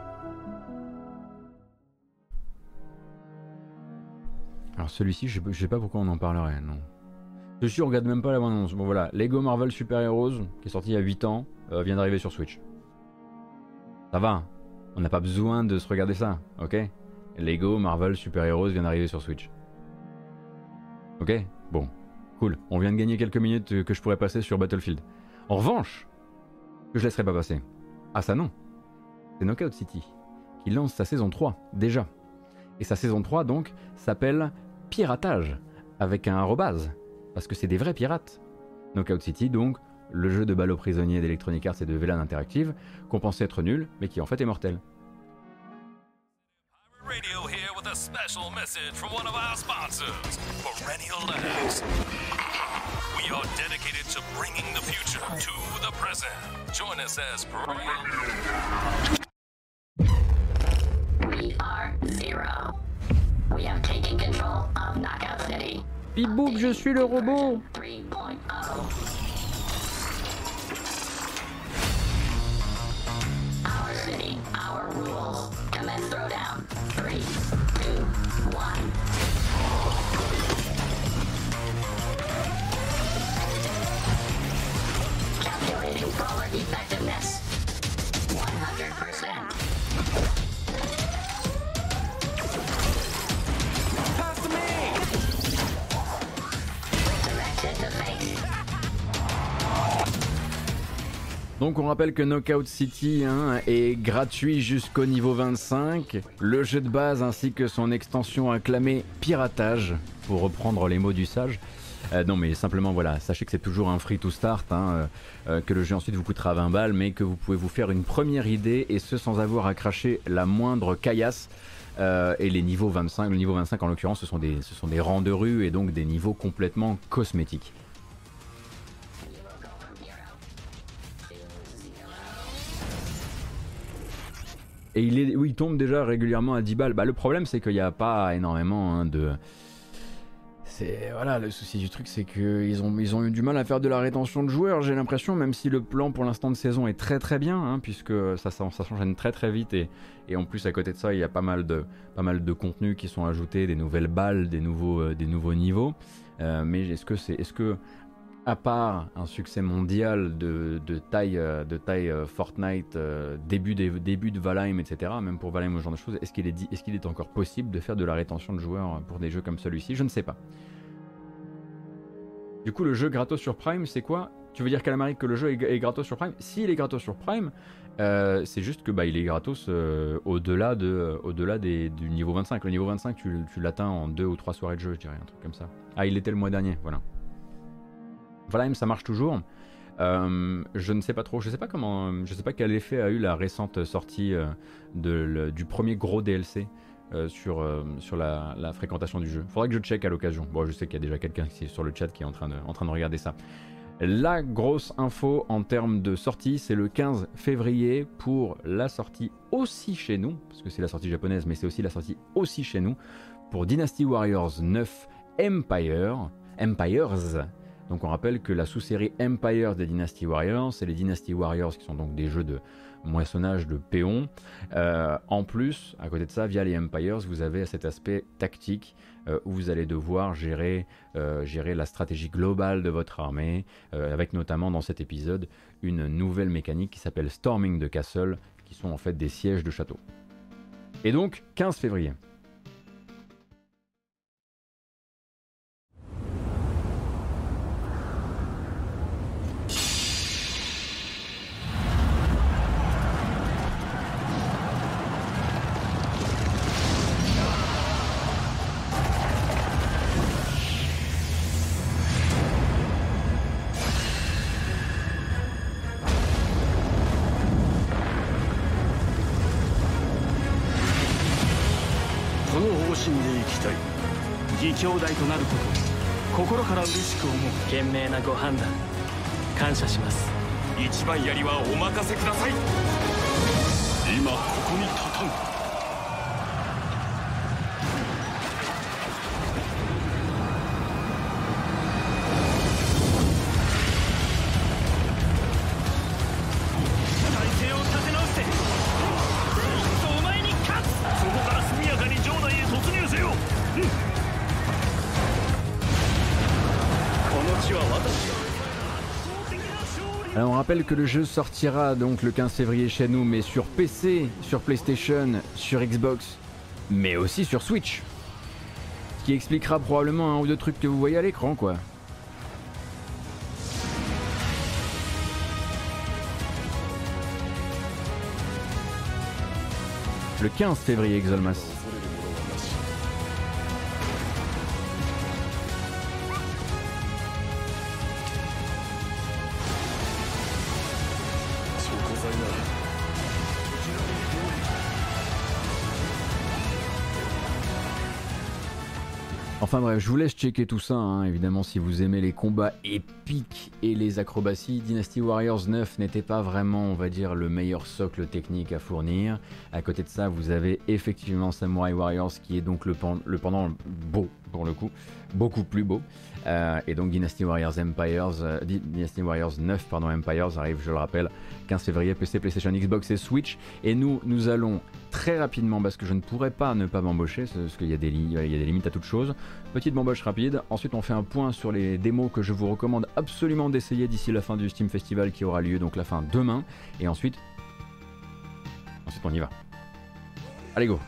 Alors celui-ci, je sais pas pourquoi on en parlerait, non. Celui-ci, on regarde même pas la bande-annonce. Bon voilà, Lego Marvel Super Heroes, qui est sorti il y a huit ans, euh, vient d'arriver sur Switch. Ça va, on n'a pas besoin de se regarder ça, ok? Lego Marvel Super Heroes vient d'arriver sur Switch. Ok? Bon, cool. On vient de gagner quelques minutes que je pourrais passer sur Battlefield. En revanche, que je laisserai pas passer. Ah ça non, c'est Knockout City, qui lance sa saison trois, déjà. Et sa saison trois, donc, s'appelle Piratage, avec un arrobase, parce que c'est des vrais pirates. Knockout City, donc, le jeu de ballots prisonniers d'Electronic Arts et de Velan Interactive, qu'on pensait être nul, mais qui en fait est mortel. Radio here with a special message from one of our sponsors, Perennial Labs. We are dedicated to bringing the future to the present. Join us as Perennial. We are zero. We have taken control of Knockout City. Bip boop, je suis le robot. three point oh. Our city, our rules. Commence throwdown. Three, two, one. Calculating crawler effectiveness. one hundred percent. Pass to me! Directed to face. Donc on rappelle que Knockout City hein, est gratuit jusqu'au niveau vingt-cinq. Le jeu de base ainsi que son extension acclamée Piratage, pour reprendre les mots du sage. Euh, non mais simplement voilà, sachez que c'est toujours un free to start, hein, euh, que le jeu ensuite vous coûtera vingt balles, mais que vous pouvez vous faire une première idée et ce sans avoir à cracher la moindre caillasse. Euh, et les niveaux vingt-cinq, le niveau vingt-cinq en l'occurrence, ce sont des, ce sont des rangs de rue et donc des niveaux complètement cosmétiques. Et il, est, oui, il tombe déjà régulièrement à dix balles. Bah, le problème c'est qu'il n'y a pas énormément hein, de... C'est, voilà, le souci du truc c'est qu'ils ont, ils ont eu du mal à faire de la rétention de joueurs, j'ai l'impression, même si le plan pour l'instant de saison est très très bien, hein, puisque ça, ça, ça s'enchaîne très très vite et, et en plus à côté de ça il y a pas mal de, pas mal de contenus qui sont ajoutés, des nouvelles balles, des nouveaux, euh, des nouveaux niveaux. Euh, mais est-ce que c'est, est-ce que à part un succès mondial de, de taille, de taille euh, Fortnite, euh, début, des, début de Valheim, et cetera, même pour Valheim ou ce genre de choses, est-ce qu'il est, dit, est-ce qu'il est encore possible de faire de la rétention de joueurs pour des jeux comme celui-ci? Je ne sais pas. Du coup, le jeu gratos sur Prime, c'est quoi? Tu veux dire, Calamari, que le jeu est, est gratos sur Prime? S'il est gratos sur Prime, euh, c'est juste que bah, il est gratos euh, au-delà, de, euh, au-delà des, du niveau vingt-cinq. Le niveau vingt-cinq, tu, tu l'atteins en deux ou trois soirées de jeu, je dirais, un truc comme ça. Ah, il était le mois dernier, voilà. Valheim, ça marche toujours. Euh, je ne sais pas trop, je sais pas comment, je sais pas quel effet a eu la récente sortie euh, de, le, du premier gros D L C euh, sur, euh, sur la, la fréquentation du jeu. Faudrait que je check à l'occasion. Bon, je sais qu'il y a déjà quelqu'un qui est sur le chat qui est en train de, en train de regarder ça. La grosse info en termes de sortie, c'est le quinze février pour la sortie aussi chez nous, parce que c'est la sortie japonaise, mais c'est aussi la sortie aussi chez nous, pour Dynasty Warriors neuf Empire, Empires. Donc on rappelle que la sous-série Empire des Dynasty Warriors, c'est les Dynasty Warriors qui sont donc des jeux de moissonnage de péons. Euh, en plus, à côté de ça, via les Empires, vous avez cet aspect tactique euh, où vous allez devoir gérer, euh, gérer la stratégie globale de votre armée, euh, avec notamment dans cet épisode une nouvelle mécanique qui s'appelle Storming the Castle, qui sont en fait des sièges de château. Et donc, quinze février. Alors on rappelle que le jeu sortira donc le quinze février chez nous, mais sur P C, sur PlayStation, sur Xbox, mais aussi sur Switch. Ce qui expliquera probablement un ou deux trucs que vous voyez à l'écran, quoi. Le quinze février, Exolmas. Enfin bref, je vous laisse checker tout ça, hein. Évidemment si vous aimez les combats épiques et les acrobaties, Dynasty Warriors neuf n'était pas vraiment, on va dire, le meilleur socle technique à fournir. À côté de ça, vous avez effectivement Samurai Warriors qui est donc le, pen- le pendant beau, pour le coup, beaucoup plus beau. Euh, et donc Dynasty Warriors Empires, euh, Dynasty Warriors neuf, pardon, Empires arrive, je le rappelle, quinze février, P C, PlayStation, Xbox et Switch. Et nous, nous allons très rapidement, parce que je ne pourrais pas ne pas m'embaucher, parce qu'il y a des, li- il y a des limites à toute chose. Petite bamboche rapide, ensuite on fait un point sur les démos que je vous recommande absolument d'essayer d'ici la fin du Steam Festival qui aura lieu donc la fin demain. Et ensuite, ensuite on y va. Allez go!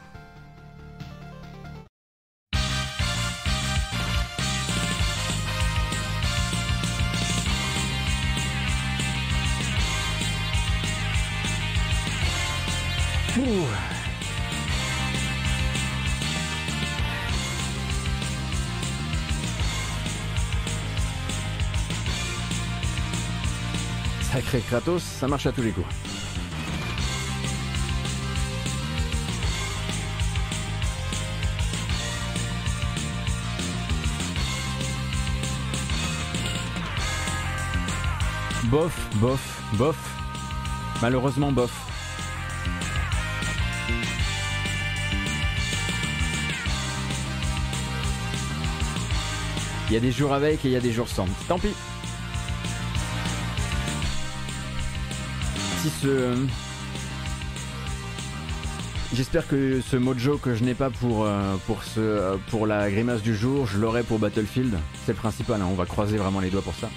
Ouh. Sacré Kratos, ça marche à tous les coups. Bof, bof, bof. Malheureusement bof. Il y a des jours avec et il y a des jours sans. Tant pis. Si ce... J'espère que ce mojo que je n'ai pas pour, euh, pour, ce, pour la grimace du jour, je l'aurai pour Battlefield. C'est le principal, hein. On va croiser vraiment les doigts pour ça.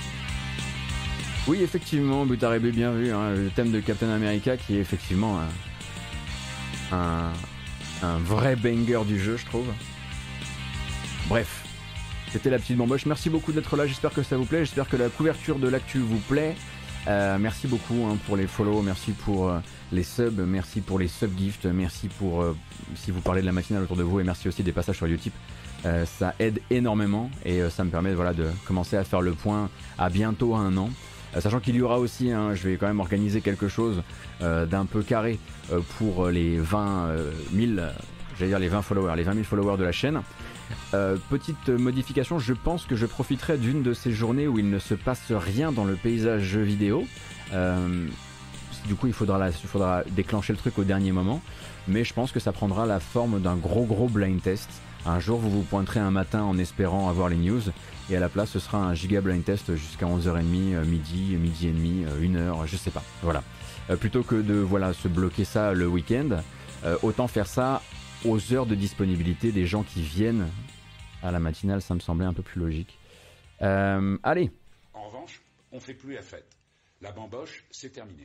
Oui, effectivement, Butarébé, bien vu, hein, le thème de Captain America qui est effectivement un, un, un vrai banger du jeu, je trouve. Bref, c'était la petite bamboche. Merci beaucoup d'être là, j'espère que ça vous plaît, j'espère que la couverture de l'actu vous plaît. Euh, merci beaucoup hein, pour les follow, merci pour euh, les subs, merci pour les sub-gifts, merci pour euh, si vous parlez de la matinale autour de vous et merci aussi des passages sur Utip. Euh, ça aide énormément et euh, ça me permet voilà, de commencer à faire le point à bientôt un an. Euh, sachant qu'il y aura aussi, hein, je vais quand même organiser quelque chose euh, d'un peu carré euh, pour les vingt mille, euh, j'allais dire les vingt followers, les vingt mille followers de la chaîne. Euh, petite modification, je pense que je profiterai d'une de ces journées où il ne se passe rien dans le paysage jeu vidéo. Euh, du coup, il faudra, la, il faudra déclencher le truc au dernier moment. Mais je pense que ça prendra la forme d'un gros gros blind test. Un jour, vous vous pointerez un matin en espérant avoir les news. Et à la place, ce sera un giga blind test jusqu'à onze heures trente, midi, midi et demi, une heure, je sais pas. Voilà. Euh, plutôt que de voilà, se bloquer ça le week-end, euh, autant faire ça aux heures de disponibilité des gens qui viennent à la matinale, ça me semblait un peu plus logique. Euh, allez. En revanche, on fait plus la fête. La bamboche, c'est terminé.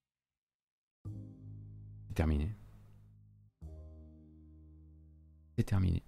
C'est terminé. C'est terminé.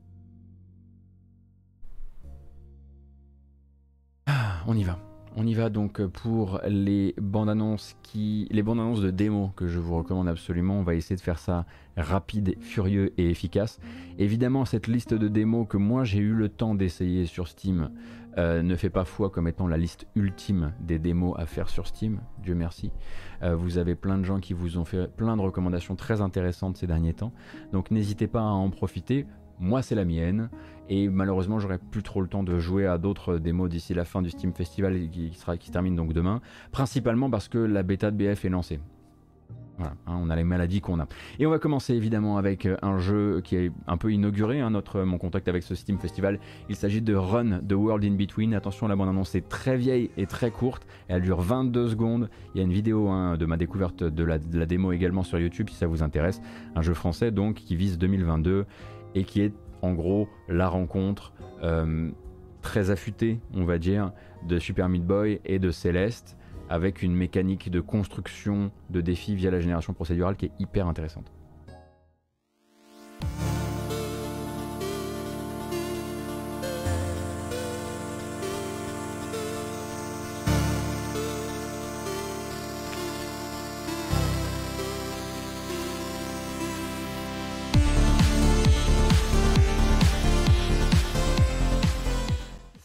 Ah, on y va. On y va donc pour les bandes annonces qui, les bandes annonces de démos que je vous recommande absolument. On va essayer de faire ça rapide, furieux et efficace. Évidemment, cette liste de démos que moi j'ai eu le temps d'essayer sur Steam euh, ne fait pas foi comme étant la liste ultime des démos à faire sur Steam. Dieu merci. Euh, vous avez plein de gens qui vous ont fait plein de recommandations très intéressantes ces derniers temps. Donc n'hésitez pas à en profiter. Moi c'est la mienne et malheureusement j'aurai plus trop le temps de jouer à d'autres démos d'ici la fin du Steam Festival qui, sera, qui se termine donc demain, principalement parce que la bêta de B F est lancée. Voilà, hein, on a les maladies qu'on a. Et on va commencer évidemment avec un jeu qui est un peu inauguré, hein, notre, mon contact avec ce Steam Festival. Il s'agit de Run The World in Between. Attention, la bande annonce est très vieille et très courte, elle dure vingt-deux secondes. Il y a une vidéo hein, de ma découverte de la, de la démo également sur YouTube si ça vous intéresse. Un jeu français donc qui vise deux mille vingt-deux et qui est en gros la rencontre euh, très affûtée, on va dire, de Super Meat Boy et de Céleste, avec une mécanique de construction de défis via la génération procédurale qui est hyper intéressante.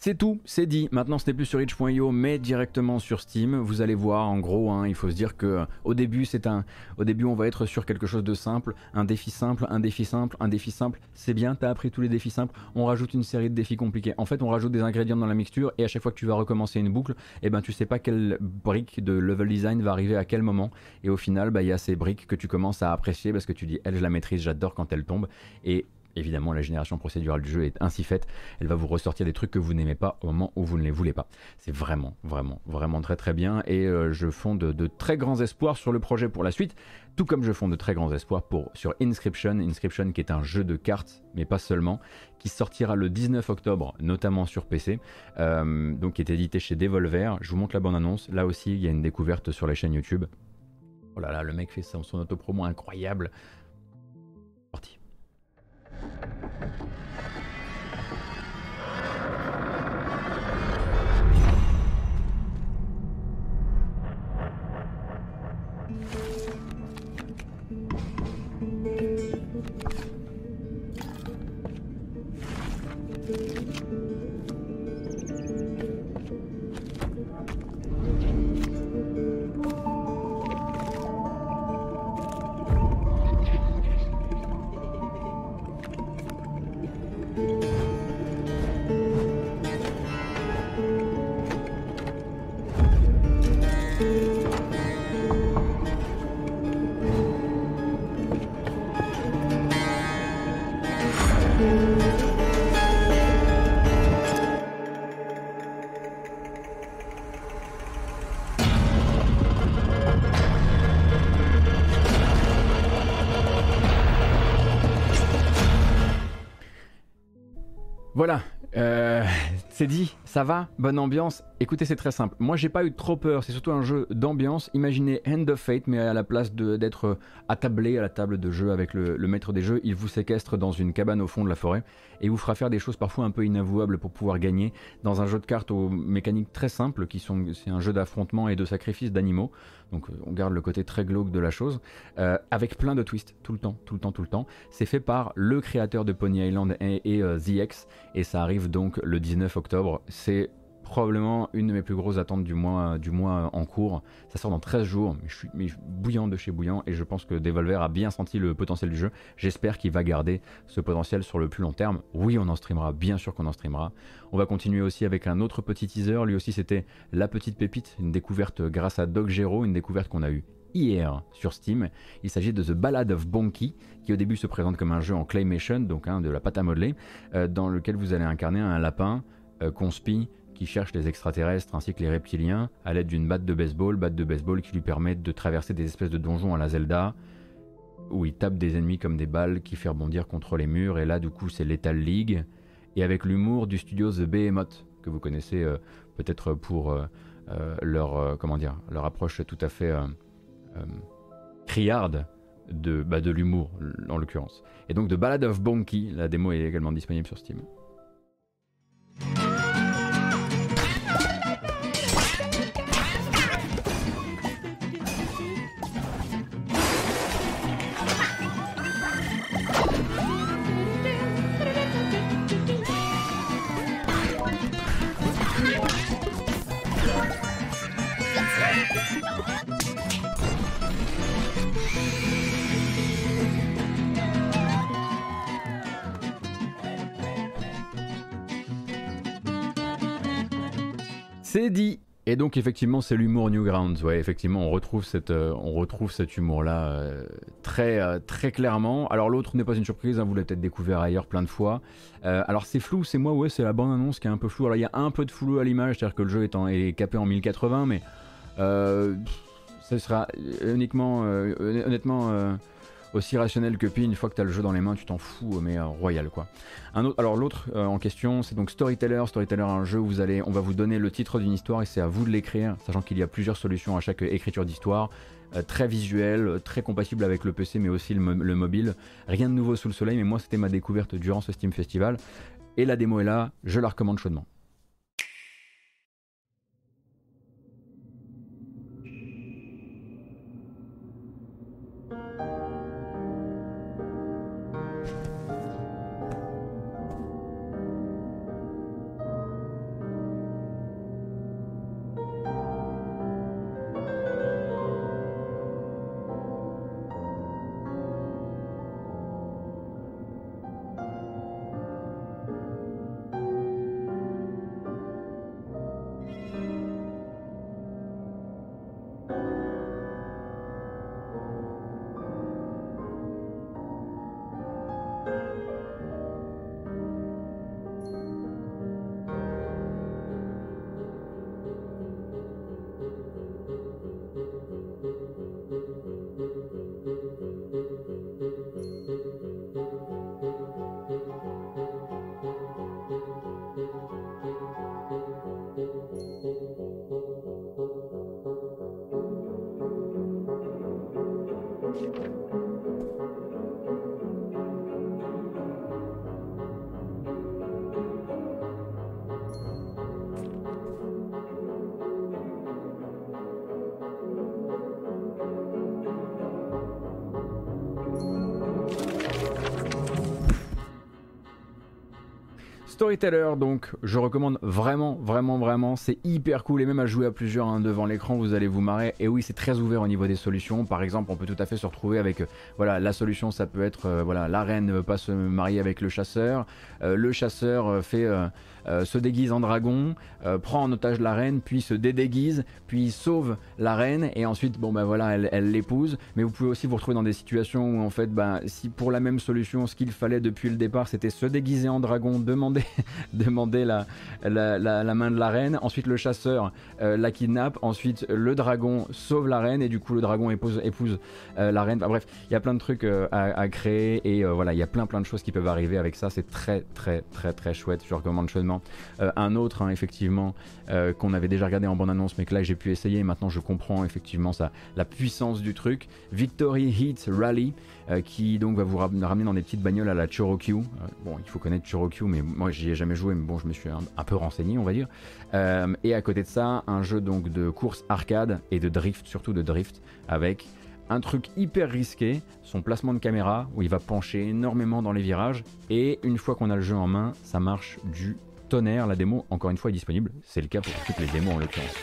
C'est tout, c'est dit. Maintenant, ce n'est plus sur itch point i o, mais directement sur Steam. Vous allez voir, en gros, hein, il faut se dire que euh, au début, c'est un, au début, on va être sur quelque chose de simple, un défi simple, un défi simple, un défi simple. C'est bien, t'as appris tous les défis simples. On rajoute une série de défis compliqués. En fait, on rajoute des ingrédients dans la mixture, et à chaque fois que tu vas recommencer une boucle, eh ben, tu sais pas quelle brique de level design va arriver à quel moment. Et au final, bah, il y a ces briques que tu commences à apprécier parce que tu dis, elle, je la maîtrise, j'adore quand elle tombe. Et évidemment, la génération procédurale du jeu est ainsi faite, elle va vous ressortir des trucs que vous n'aimez pas au moment où vous ne les voulez pas. C'est vraiment, vraiment, vraiment très très bien, et euh, je fonde de, de très grands espoirs sur le projet pour la suite, tout comme je fonde de très grands espoirs pour, sur Inscription, Inscription qui est un jeu de cartes, mais pas seulement, qui sortira le dix-neuf octobre, notamment sur P C, euh, donc qui est édité chez Devolver. Je vous montre la bande-annonce, là aussi il y a une découverte sur la chaîne YouTube. Oh là là, le mec fait son, son autopromo incroyable. Parti. Voilà, euh, c'est dit, ça va, bonne ambiance. Écoutez, c'est très simple. Moi, j'ai pas eu trop peur, c'est surtout un jeu d'ambiance. Imaginez Hand of Fate, mais à la place d'être attablé à la table de jeu avec le, le maître des jeux, il vous séquestre dans une cabane au fond de la forêt et vous fera faire des choses parfois un peu inavouables pour pouvoir gagner dans un jeu de cartes aux mécaniques très simples, qui sont, c'est un jeu d'affrontement et de sacrifice d'animaux. Donc on garde le côté très glauque de la chose, euh, avec plein de twists, tout le temps, tout le temps, tout le temps. C'est fait par le créateur de Pony Island et, et euh, The X, et ça arrive donc le dix-neuf octobre. C'est probablement une de mes plus grosses attentes du mois, du mois en cours. Ça sort dans treize jours, mais je suis mais bouillant de chez bouillant, et je pense que Devolver a bien senti le potentiel du jeu. J'espère qu'il va garder ce potentiel sur le plus long terme. Oui, on en streamera, bien sûr qu'on en streamera. On va continuer aussi avec un autre petit teaser, lui aussi c'était La Petite Pépite, une découverte grâce à Doc Gero, une découverte qu'on a eue hier sur Steam. Il s'agit de The Ballad of Bonky, qui au début se présente comme un jeu en claymation, donc hein, de la pâte à modeler, euh, dans lequel vous allez incarner un lapin euh, conspi qui cherche les extraterrestres ainsi que les reptiliens à l'aide d'une batte de baseball, batte de baseball qui lui permet de traverser des espèces de donjons à la Zelda, où il tape des ennemis comme des balles qui fait rebondir contre les murs, et là du coup c'est Lethal League, et avec l'humour du studio The Behemoth, que vous connaissez euh, peut-être pour euh, euh, leur, euh, comment dire, leur approche tout à fait euh, euh, criarde de, bah, de l'humour en l'occurrence. Et donc The Ballad of Bonky, la démo est également disponible sur Steam. C'est dit. Et donc effectivement c'est l'humour Newgrounds, ouais, effectivement on retrouve, cette, euh, on retrouve cet humour-là euh, très, euh, très clairement. Alors l'autre n'est pas une surprise, hein, vous l'avez peut-être découvert ailleurs plein de fois. Euh, alors c'est flou, c'est moi, ouais, c'est la bande-annonce qui est un peu floue. Alors il y a un peu de flou à l'image, c'est-à-dire que le jeu est, en, est capé en mille quatre-vingts, mais euh, ce sera uniquement, euh, honnêtement... Euh, aussi rationnel que Pi, une fois que tu as le jeu dans les mains, tu t'en fous, mais euh, royal quoi. Un autre, alors l'autre euh, en question, c'est donc Storyteller. Storyteller, un jeu où vous allez, on va vous donner le titre d'une histoire et c'est à vous de l'écrire, sachant qu'il y a plusieurs solutions à chaque écriture d'histoire, euh, très visuel, très compatible avec le P C mais aussi le, mo le mobile. Rien de nouveau sous le soleil, mais moi c'était ma découverte durant ce Steam Festival. Et la démo est là, je la recommande chaudement. Storyteller, donc je recommande vraiment, vraiment, vraiment, c'est hyper cool et même à jouer à plusieurs hein, devant l'écran, vous allez vous marrer. Et oui, c'est très ouvert au niveau des solutions. Par exemple, on peut tout à fait se retrouver avec, euh, voilà, la solution, ça peut être, euh, voilà, la reine ne veut pas se marier avec le chasseur, euh, le chasseur euh, fait, euh, euh, se déguise en dragon, euh, prend en otage la reine, puis se dédéguise, puis sauve la reine et ensuite, bon bah voilà, elle, elle l'épouse. Mais vous pouvez aussi vous retrouver dans des situations où en fait, bah, si pour la même solution, ce qu'il fallait depuis le départ, c'était se déguiser en dragon, demander demander la, la, la, la main de la reine, ensuite le chasseur euh, la kidnappe, ensuite le dragon sauve la reine et du coup le dragon épouse, épouse euh, la reine. Enfin, bref, il y a plein de trucs euh, à, à créer et euh, voilà, il y a plein plein de choses qui peuvent arriver avec ça. C'est très très très très chouette, je recommande chaudement. Euh, un autre hein, effectivement euh, qu'on avait déjà regardé en bande annonce mais que là j'ai pu essayer et maintenant je comprends effectivement ça, la puissance du truc. Victory Heat Rally euh, qui donc va vous ramener dans des petites bagnoles à la Chorokyu. Euh, bon, il faut connaître Chorokyu mais moi j'y ai jamais joué mais bon je me suis un, un peu renseigné on va dire. Euh, et à côté de ça, un jeu donc de course arcade et de drift, surtout de drift, avec un truc hyper risqué, son placement de caméra où il va pencher énormément dans les virages et une fois qu'on a le jeu en main, ça marche du tonnerre. La démo encore une fois est disponible, c'est le cas pour toutes les démos en l'occurrence.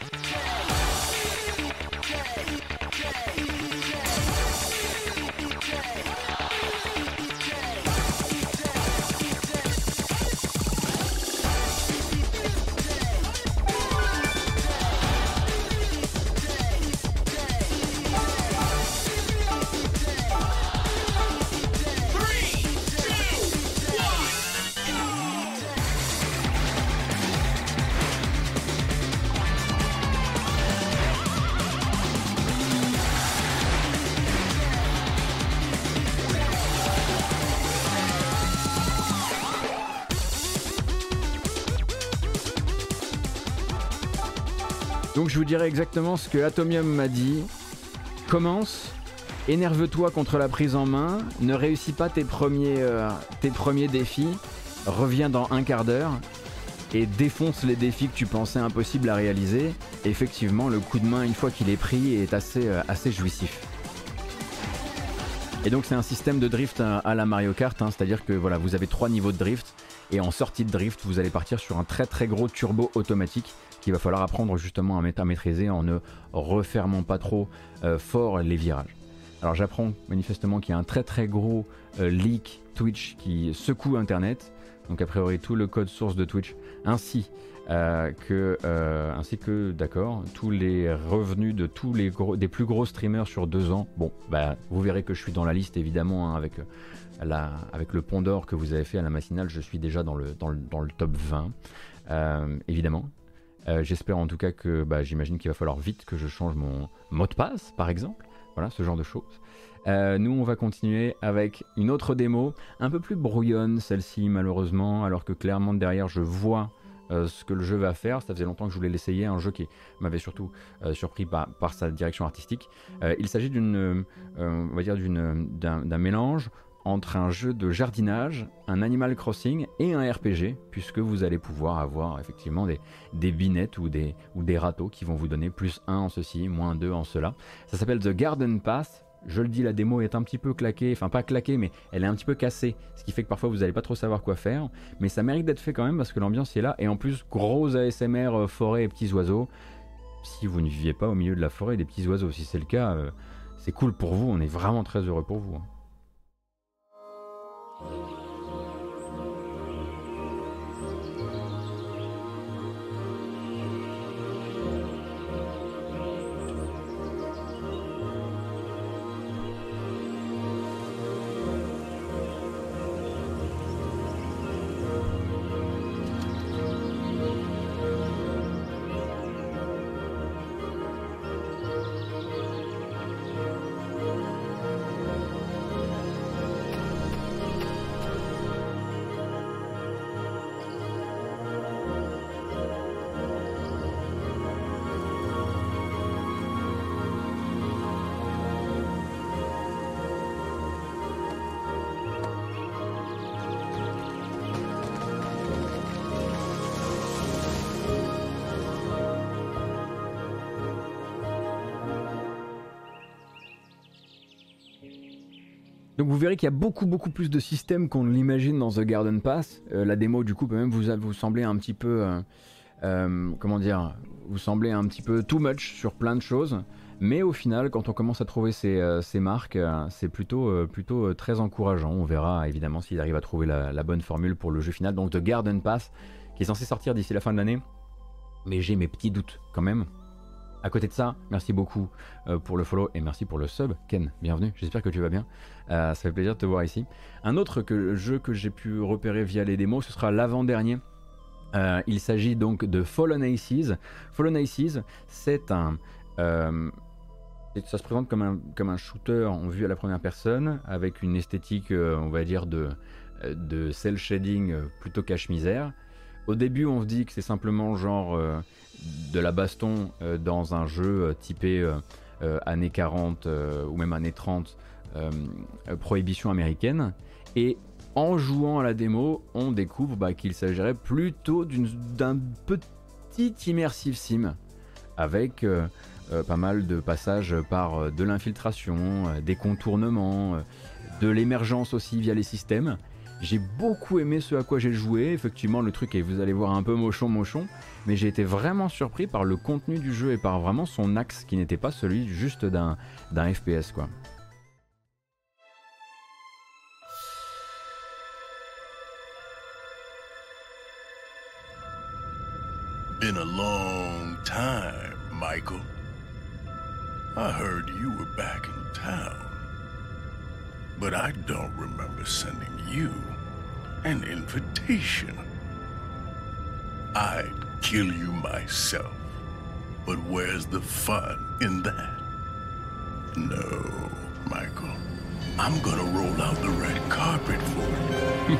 Donc je vous dirai exactement ce que Atomium m'a dit. Commence, énerve-toi contre la prise en main, ne réussis pas tes premiers, euh, tes premiers défis, reviens dans un quart d'heure et défonce les défis que tu pensais impossibles à réaliser. Et effectivement, le coup de main, une fois qu'il est pris, est assez, euh, assez jouissif. Et donc c'est un système de drift à, à la Mario Kart, hein, c'est-à-dire que voilà, vous avez trois niveaux de drift et en sortie de drift, vous allez partir sur un très très gros turbo automatique qu'il va falloir apprendre justement à maîtriser en ne refermant pas trop euh, fort les virages. Alors j'apprends manifestement qu'il y a un très très gros euh, leak Twitch qui secoue Internet, donc a priori tout le code source de Twitch ainsi euh, que, euh, ainsi que d'accord, tous les revenus de tous les gros, des plus gros streamers sur deux ans. Bon, bah vous verrez que je suis dans la liste évidemment hein, avec, la, avec le pont d'or que vous avez fait à la matinale, je suis déjà dans le, dans le, dans le top vingt euh, évidemment. Euh, J'espère en tout cas que bah, j'imagine qu'il va falloir vite que je change mon mot de passe par exemple, voilà ce genre de choses. Euh, nous on va continuer avec une autre démo, un peu plus brouillonne celle-ci malheureusement, alors que clairement derrière je vois euh, ce que le jeu va faire. Ça faisait longtemps que je voulais l'essayer, un jeu qui m'avait surtout euh, surpris par, par sa direction artistique. Euh, il s'agit d'une, euh, on va dire d'une, d'un, d'un mélange entre un jeu de jardinage, un Animal Crossing et un R P G, puisque vous allez pouvoir avoir effectivement des, des binettes ou des, ou des râteaux qui vont vous donner plus un en ceci, moins deux en cela. Ça s'appelle The Garden Path. Je le dis, la démo est un petit peu claquée, enfin pas claquée, mais elle est un petit peu cassée, ce qui fait que parfois vous n'allez pas trop savoir quoi faire, mais ça mérite d'être fait quand même parce que l'ambiance est là, et en plus, gros A S M R, euh, forêt et petits oiseaux. Si vous ne viviez pas au milieu de la forêt et des petits oiseaux, si c'est le cas, euh, c'est cool pour vous, on est vraiment très heureux pour vous. Hein. Donc vous verrez qu'il y a beaucoup beaucoup plus de systèmes qu'on ne l'imagine dans The Garden Pass. Euh, la démo du coup peut même vous, vous sembler un petit peu, euh, euh, comment dire, vous sembler un petit peu too much sur plein de choses. Mais au final, quand on commence à trouver ces, euh, ces marques, euh, c'est plutôt, euh, plutôt euh, très encourageant. On verra évidemment s'ils arrivent à trouver la, la bonne formule pour le jeu final. Donc The Garden Pass, qui est censé sortir d'ici la fin de l'année. Mais j'ai mes petits doutes quand même. À côté de ça, merci beaucoup euh, pour le follow et merci pour le sub. Ken, bienvenue, j'espère que tu vas bien. Euh, ça fait plaisir de te voir ici. Un autre que, jeu que j'ai pu repérer via les démos, ce sera l'avant-dernier. Euh, il s'agit donc de Fallen Aces. Fallen Aces, c'est un... Euh, ça se présente comme un, comme un shooter en vue à la première personne, avec une esthétique, euh, on va dire, de, de cel shading euh, plutôt cache-misère. Au début, on se dit que c'est simplement genre euh, de la baston euh, dans un jeu euh, typé euh, euh, années quarante euh, ou même années trente, euh, euh, prohibition américaine. Et en jouant à la démo, on découvre bah, qu'il s'agirait plutôt d'une, d'un petit immersive sim avec euh, euh, pas mal de passages par euh, de l'infiltration, euh, des contournements, euh, de l'émergence aussi via les systèmes. J'ai beaucoup aimé ce à quoi j'ai joué, effectivement le truc est, vous allez voir, un peu mochon mochon, mais j'ai été vraiment surpris par le contenu du jeu et par vraiment son axe qui n'était pas celui juste d'un, d'un F P S quoi. Been a long time, Michael. I heard you were back in town. But I don't remember sending you an invitation. I'd kill you myself, but where's the fun in that? No, Michael. I'm gonna roll out the red carpet for you.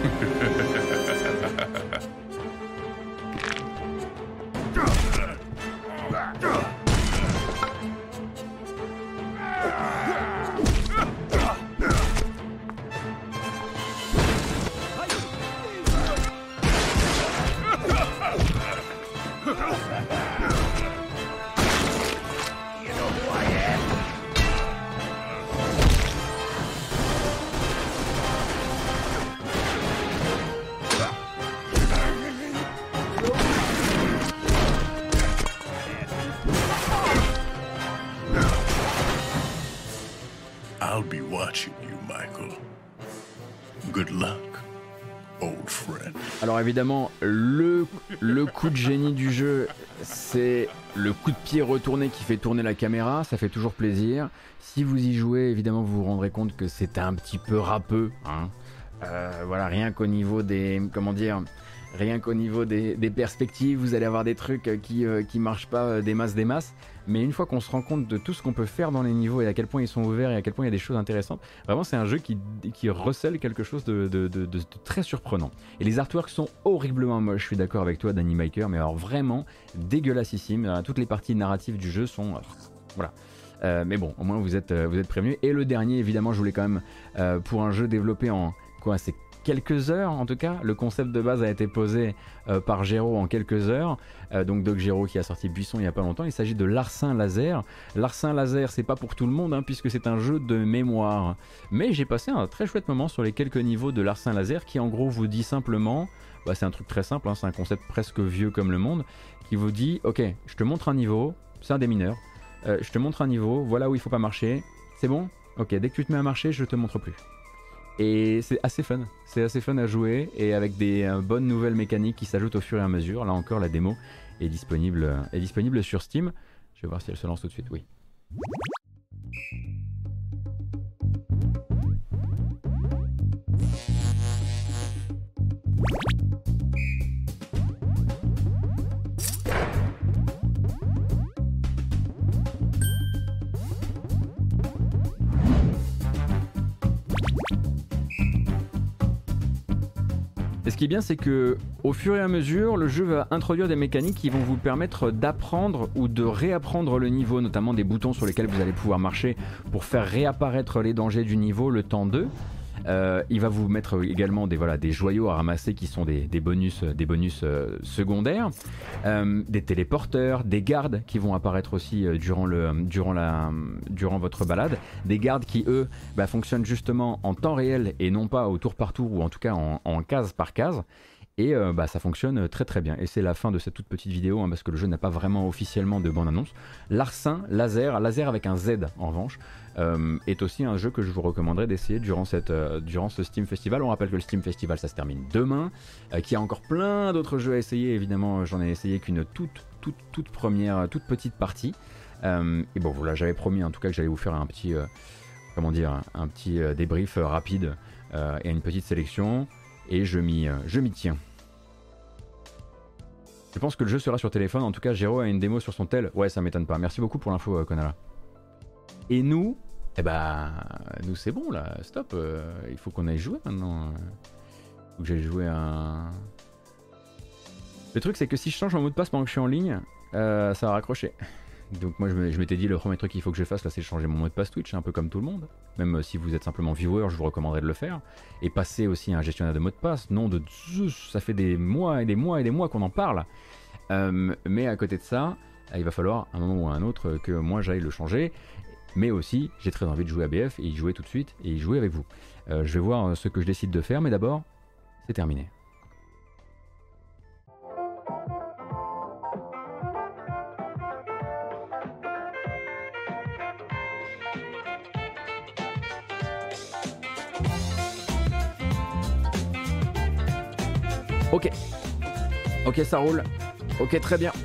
I'll be watching you, Michael. Good luck, old friend. Alors évidemment, le, le coup de génie du jeu, c'est le coup de pied retourné qui fait tourner la caméra, ça fait toujours plaisir. Si vous y jouez, évidemment, vous vous rendrez compte que c'est un petit peu râpeux, hein. Euh, voilà, rien qu'au niveau des, comment dire, rien qu'au niveau des, des perspectives, vous allez avoir des trucs qui, euh, qui marchent pas euh, des masses des masses. Mais une fois qu'on se rend compte de tout ce qu'on peut faire dans les niveaux et à quel point ils sont ouverts et à quel point il y a des choses intéressantes, vraiment c'est un jeu qui, qui recèle quelque chose de, de, de, de, de très surprenant. Et les artworks sont horriblement moches, je suis d'accord avec toi Danny Maker, mais alors vraiment dégueulassissime. Toutes les parties narratives du jeu sont... Voilà. Euh, mais bon, au moins vous êtes, vous êtes prévenus. Et le dernier, évidemment, je voulais quand même, euh, pour un jeu développé en... quoi, c'est quelques heures en tout cas, le concept de base a été posé euh, par Géraud en quelques heures, euh, donc Doc Géraud qui a sorti Buisson il n'y a pas longtemps. Il s'agit de Larcin Laser. Larcin Laser, c'est pas pour tout le monde hein, puisque c'est un jeu de mémoire, mais j'ai passé un très chouette moment sur les quelques niveaux de Larcin Laser qui en gros vous dit simplement, bah, c'est un truc très simple, hein, c'est un concept presque vieux comme le monde, qui vous dit ok, je te montre un niveau, c'est un des mineurs, euh, je te montre un niveau, voilà où il faut pas marcher, c'est bon, ok, dès que tu te mets à marcher je te montre plus. Et c'est assez fun, c'est assez fun à jouer et avec des euh, bonnes nouvelles mécaniques qui s'ajoutent au fur et à mesure. Là encore, la démo est disponible, euh, est disponible sur Steam. Je vais voir si elle se lance tout de suite, oui. Et ce qui est bien, c'est que au fur et à mesure, le jeu va introduire des mécaniques qui vont vous permettre d'apprendre ou de réapprendre le niveau, notamment des boutons sur lesquels vous allez pouvoir marcher pour faire réapparaître les dangers du niveau le temps d'eux. Euh, il va vous mettre également des, voilà, des joyaux à ramasser qui sont des, des bonus, des bonus euh, secondaires, euh, des téléporteurs, des gardes qui vont apparaître aussi euh, durant, le, durant, la, durant votre balade, des gardes qui eux bah, fonctionnent justement en temps réel et non pas au tour par tour ou en tout cas en, en case par case. Et euh, bah, ça fonctionne très très bien. Et c'est la fin de cette toute petite vidéo hein, parce que le jeu n'a pas vraiment officiellement de bande-annonce. Larcin Laser, Laser avec un Z en revanche, euh, est aussi un jeu que je vous recommanderais d'essayer durant, cette, euh, durant ce Steam Festival. On rappelle que le Steam Festival ça se termine demain, euh, qu'il y a encore plein d'autres jeux à essayer. Évidemment, j'en ai essayé qu'une toute, toute, toute première, toute petite partie. Euh, et bon, voilà, j'avais promis en tout cas que j'allais vous faire un petit, euh, comment dire, un petit euh, débrief euh, rapide euh, et une petite sélection. Et je m'y, euh, je m'y tiens. Je pense que le jeu sera sur téléphone. En tout cas, Géro a une démo sur son tel. Ouais, ça m'étonne pas. Merci beaucoup pour l'info, euh, Konala. Et nous, eh bah, nous c'est bon là. Stop. Euh, il faut qu'on aille jouer maintenant. Il faut que j'aille jouer un. Le truc, c'est que si je change mon mot de passe pendant que je suis en ligne, euh, ça va raccrocher. Donc moi je m'étais dit le premier truc qu'il faut que je fasse là c'est changer mon mot de passe Twitch un peu comme tout le monde. Même si vous êtes simplement viewer je vous recommanderais de le faire. Et passer aussi à un gestionnaire de mot de passe. Non de ça fait des mois et des mois et des mois qu'on en parle. Euh, mais à côté de ça il va falloir un moment ou un autre que moi j'aille le changer. Mais aussi j'ai très envie de jouer à B F et y jouer tout de suite et y jouer avec vous. Euh, je vais voir ce que je décide de faire mais d'abord c'est terminé. Ok, ok ça roule, ok très bien.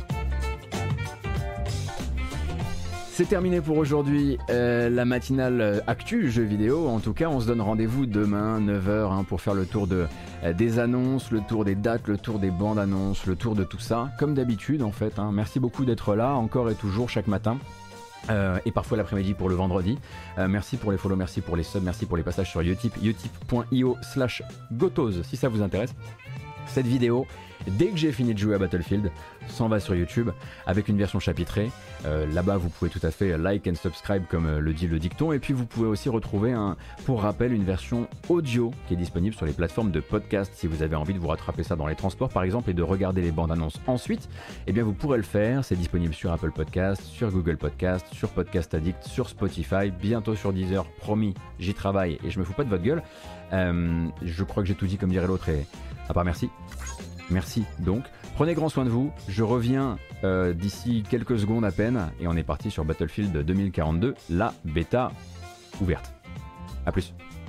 C'est terminé pour aujourd'hui, euh, la matinale actu jeux vidéo. En tout cas, on se donne rendez-vous demain neuf heures hein, pour faire le tour de, euh, des annonces, le tour des dates, le tour des bandes annonces, le tour de tout ça, comme d'habitude en fait. Hein. Merci beaucoup d'être là, encore et toujours chaque matin. Euh, et parfois l'après-midi pour le vendredi. Euh, merci pour les follow, merci pour les subs, merci pour les passages sur Utip, utip point io slash gotos si ça vous intéresse. Cette vidéo, dès que j'ai fini de jouer à Battlefield, s'en va sur YouTube avec une version chapitrée. Euh, Là-bas, vous pouvez tout à fait like and subscribe comme euh, le dit le dicton. Et puis, vous pouvez aussi retrouver, un, pour rappel, une version audio qui est disponible sur les plateformes de podcast. Si vous avez envie de vous rattraper ça dans les transports, par exemple, et de regarder les bandes annonces ensuite, eh bien, vous pourrez le faire. C'est disponible sur Apple Podcast, sur Google Podcast, sur Podcast Addict, sur Spotify, bientôt sur Deezer. Promis, j'y travaille et je me fous pas de votre gueule. Euh, je crois que j'ai tout dit comme dirait l'autre et à part merci. Merci donc. Prenez grand soin de vous. Je reviens euh, d'ici quelques secondes à peine et on est parti sur Battlefield deux mille quarante-deux, la bêta ouverte. A plus.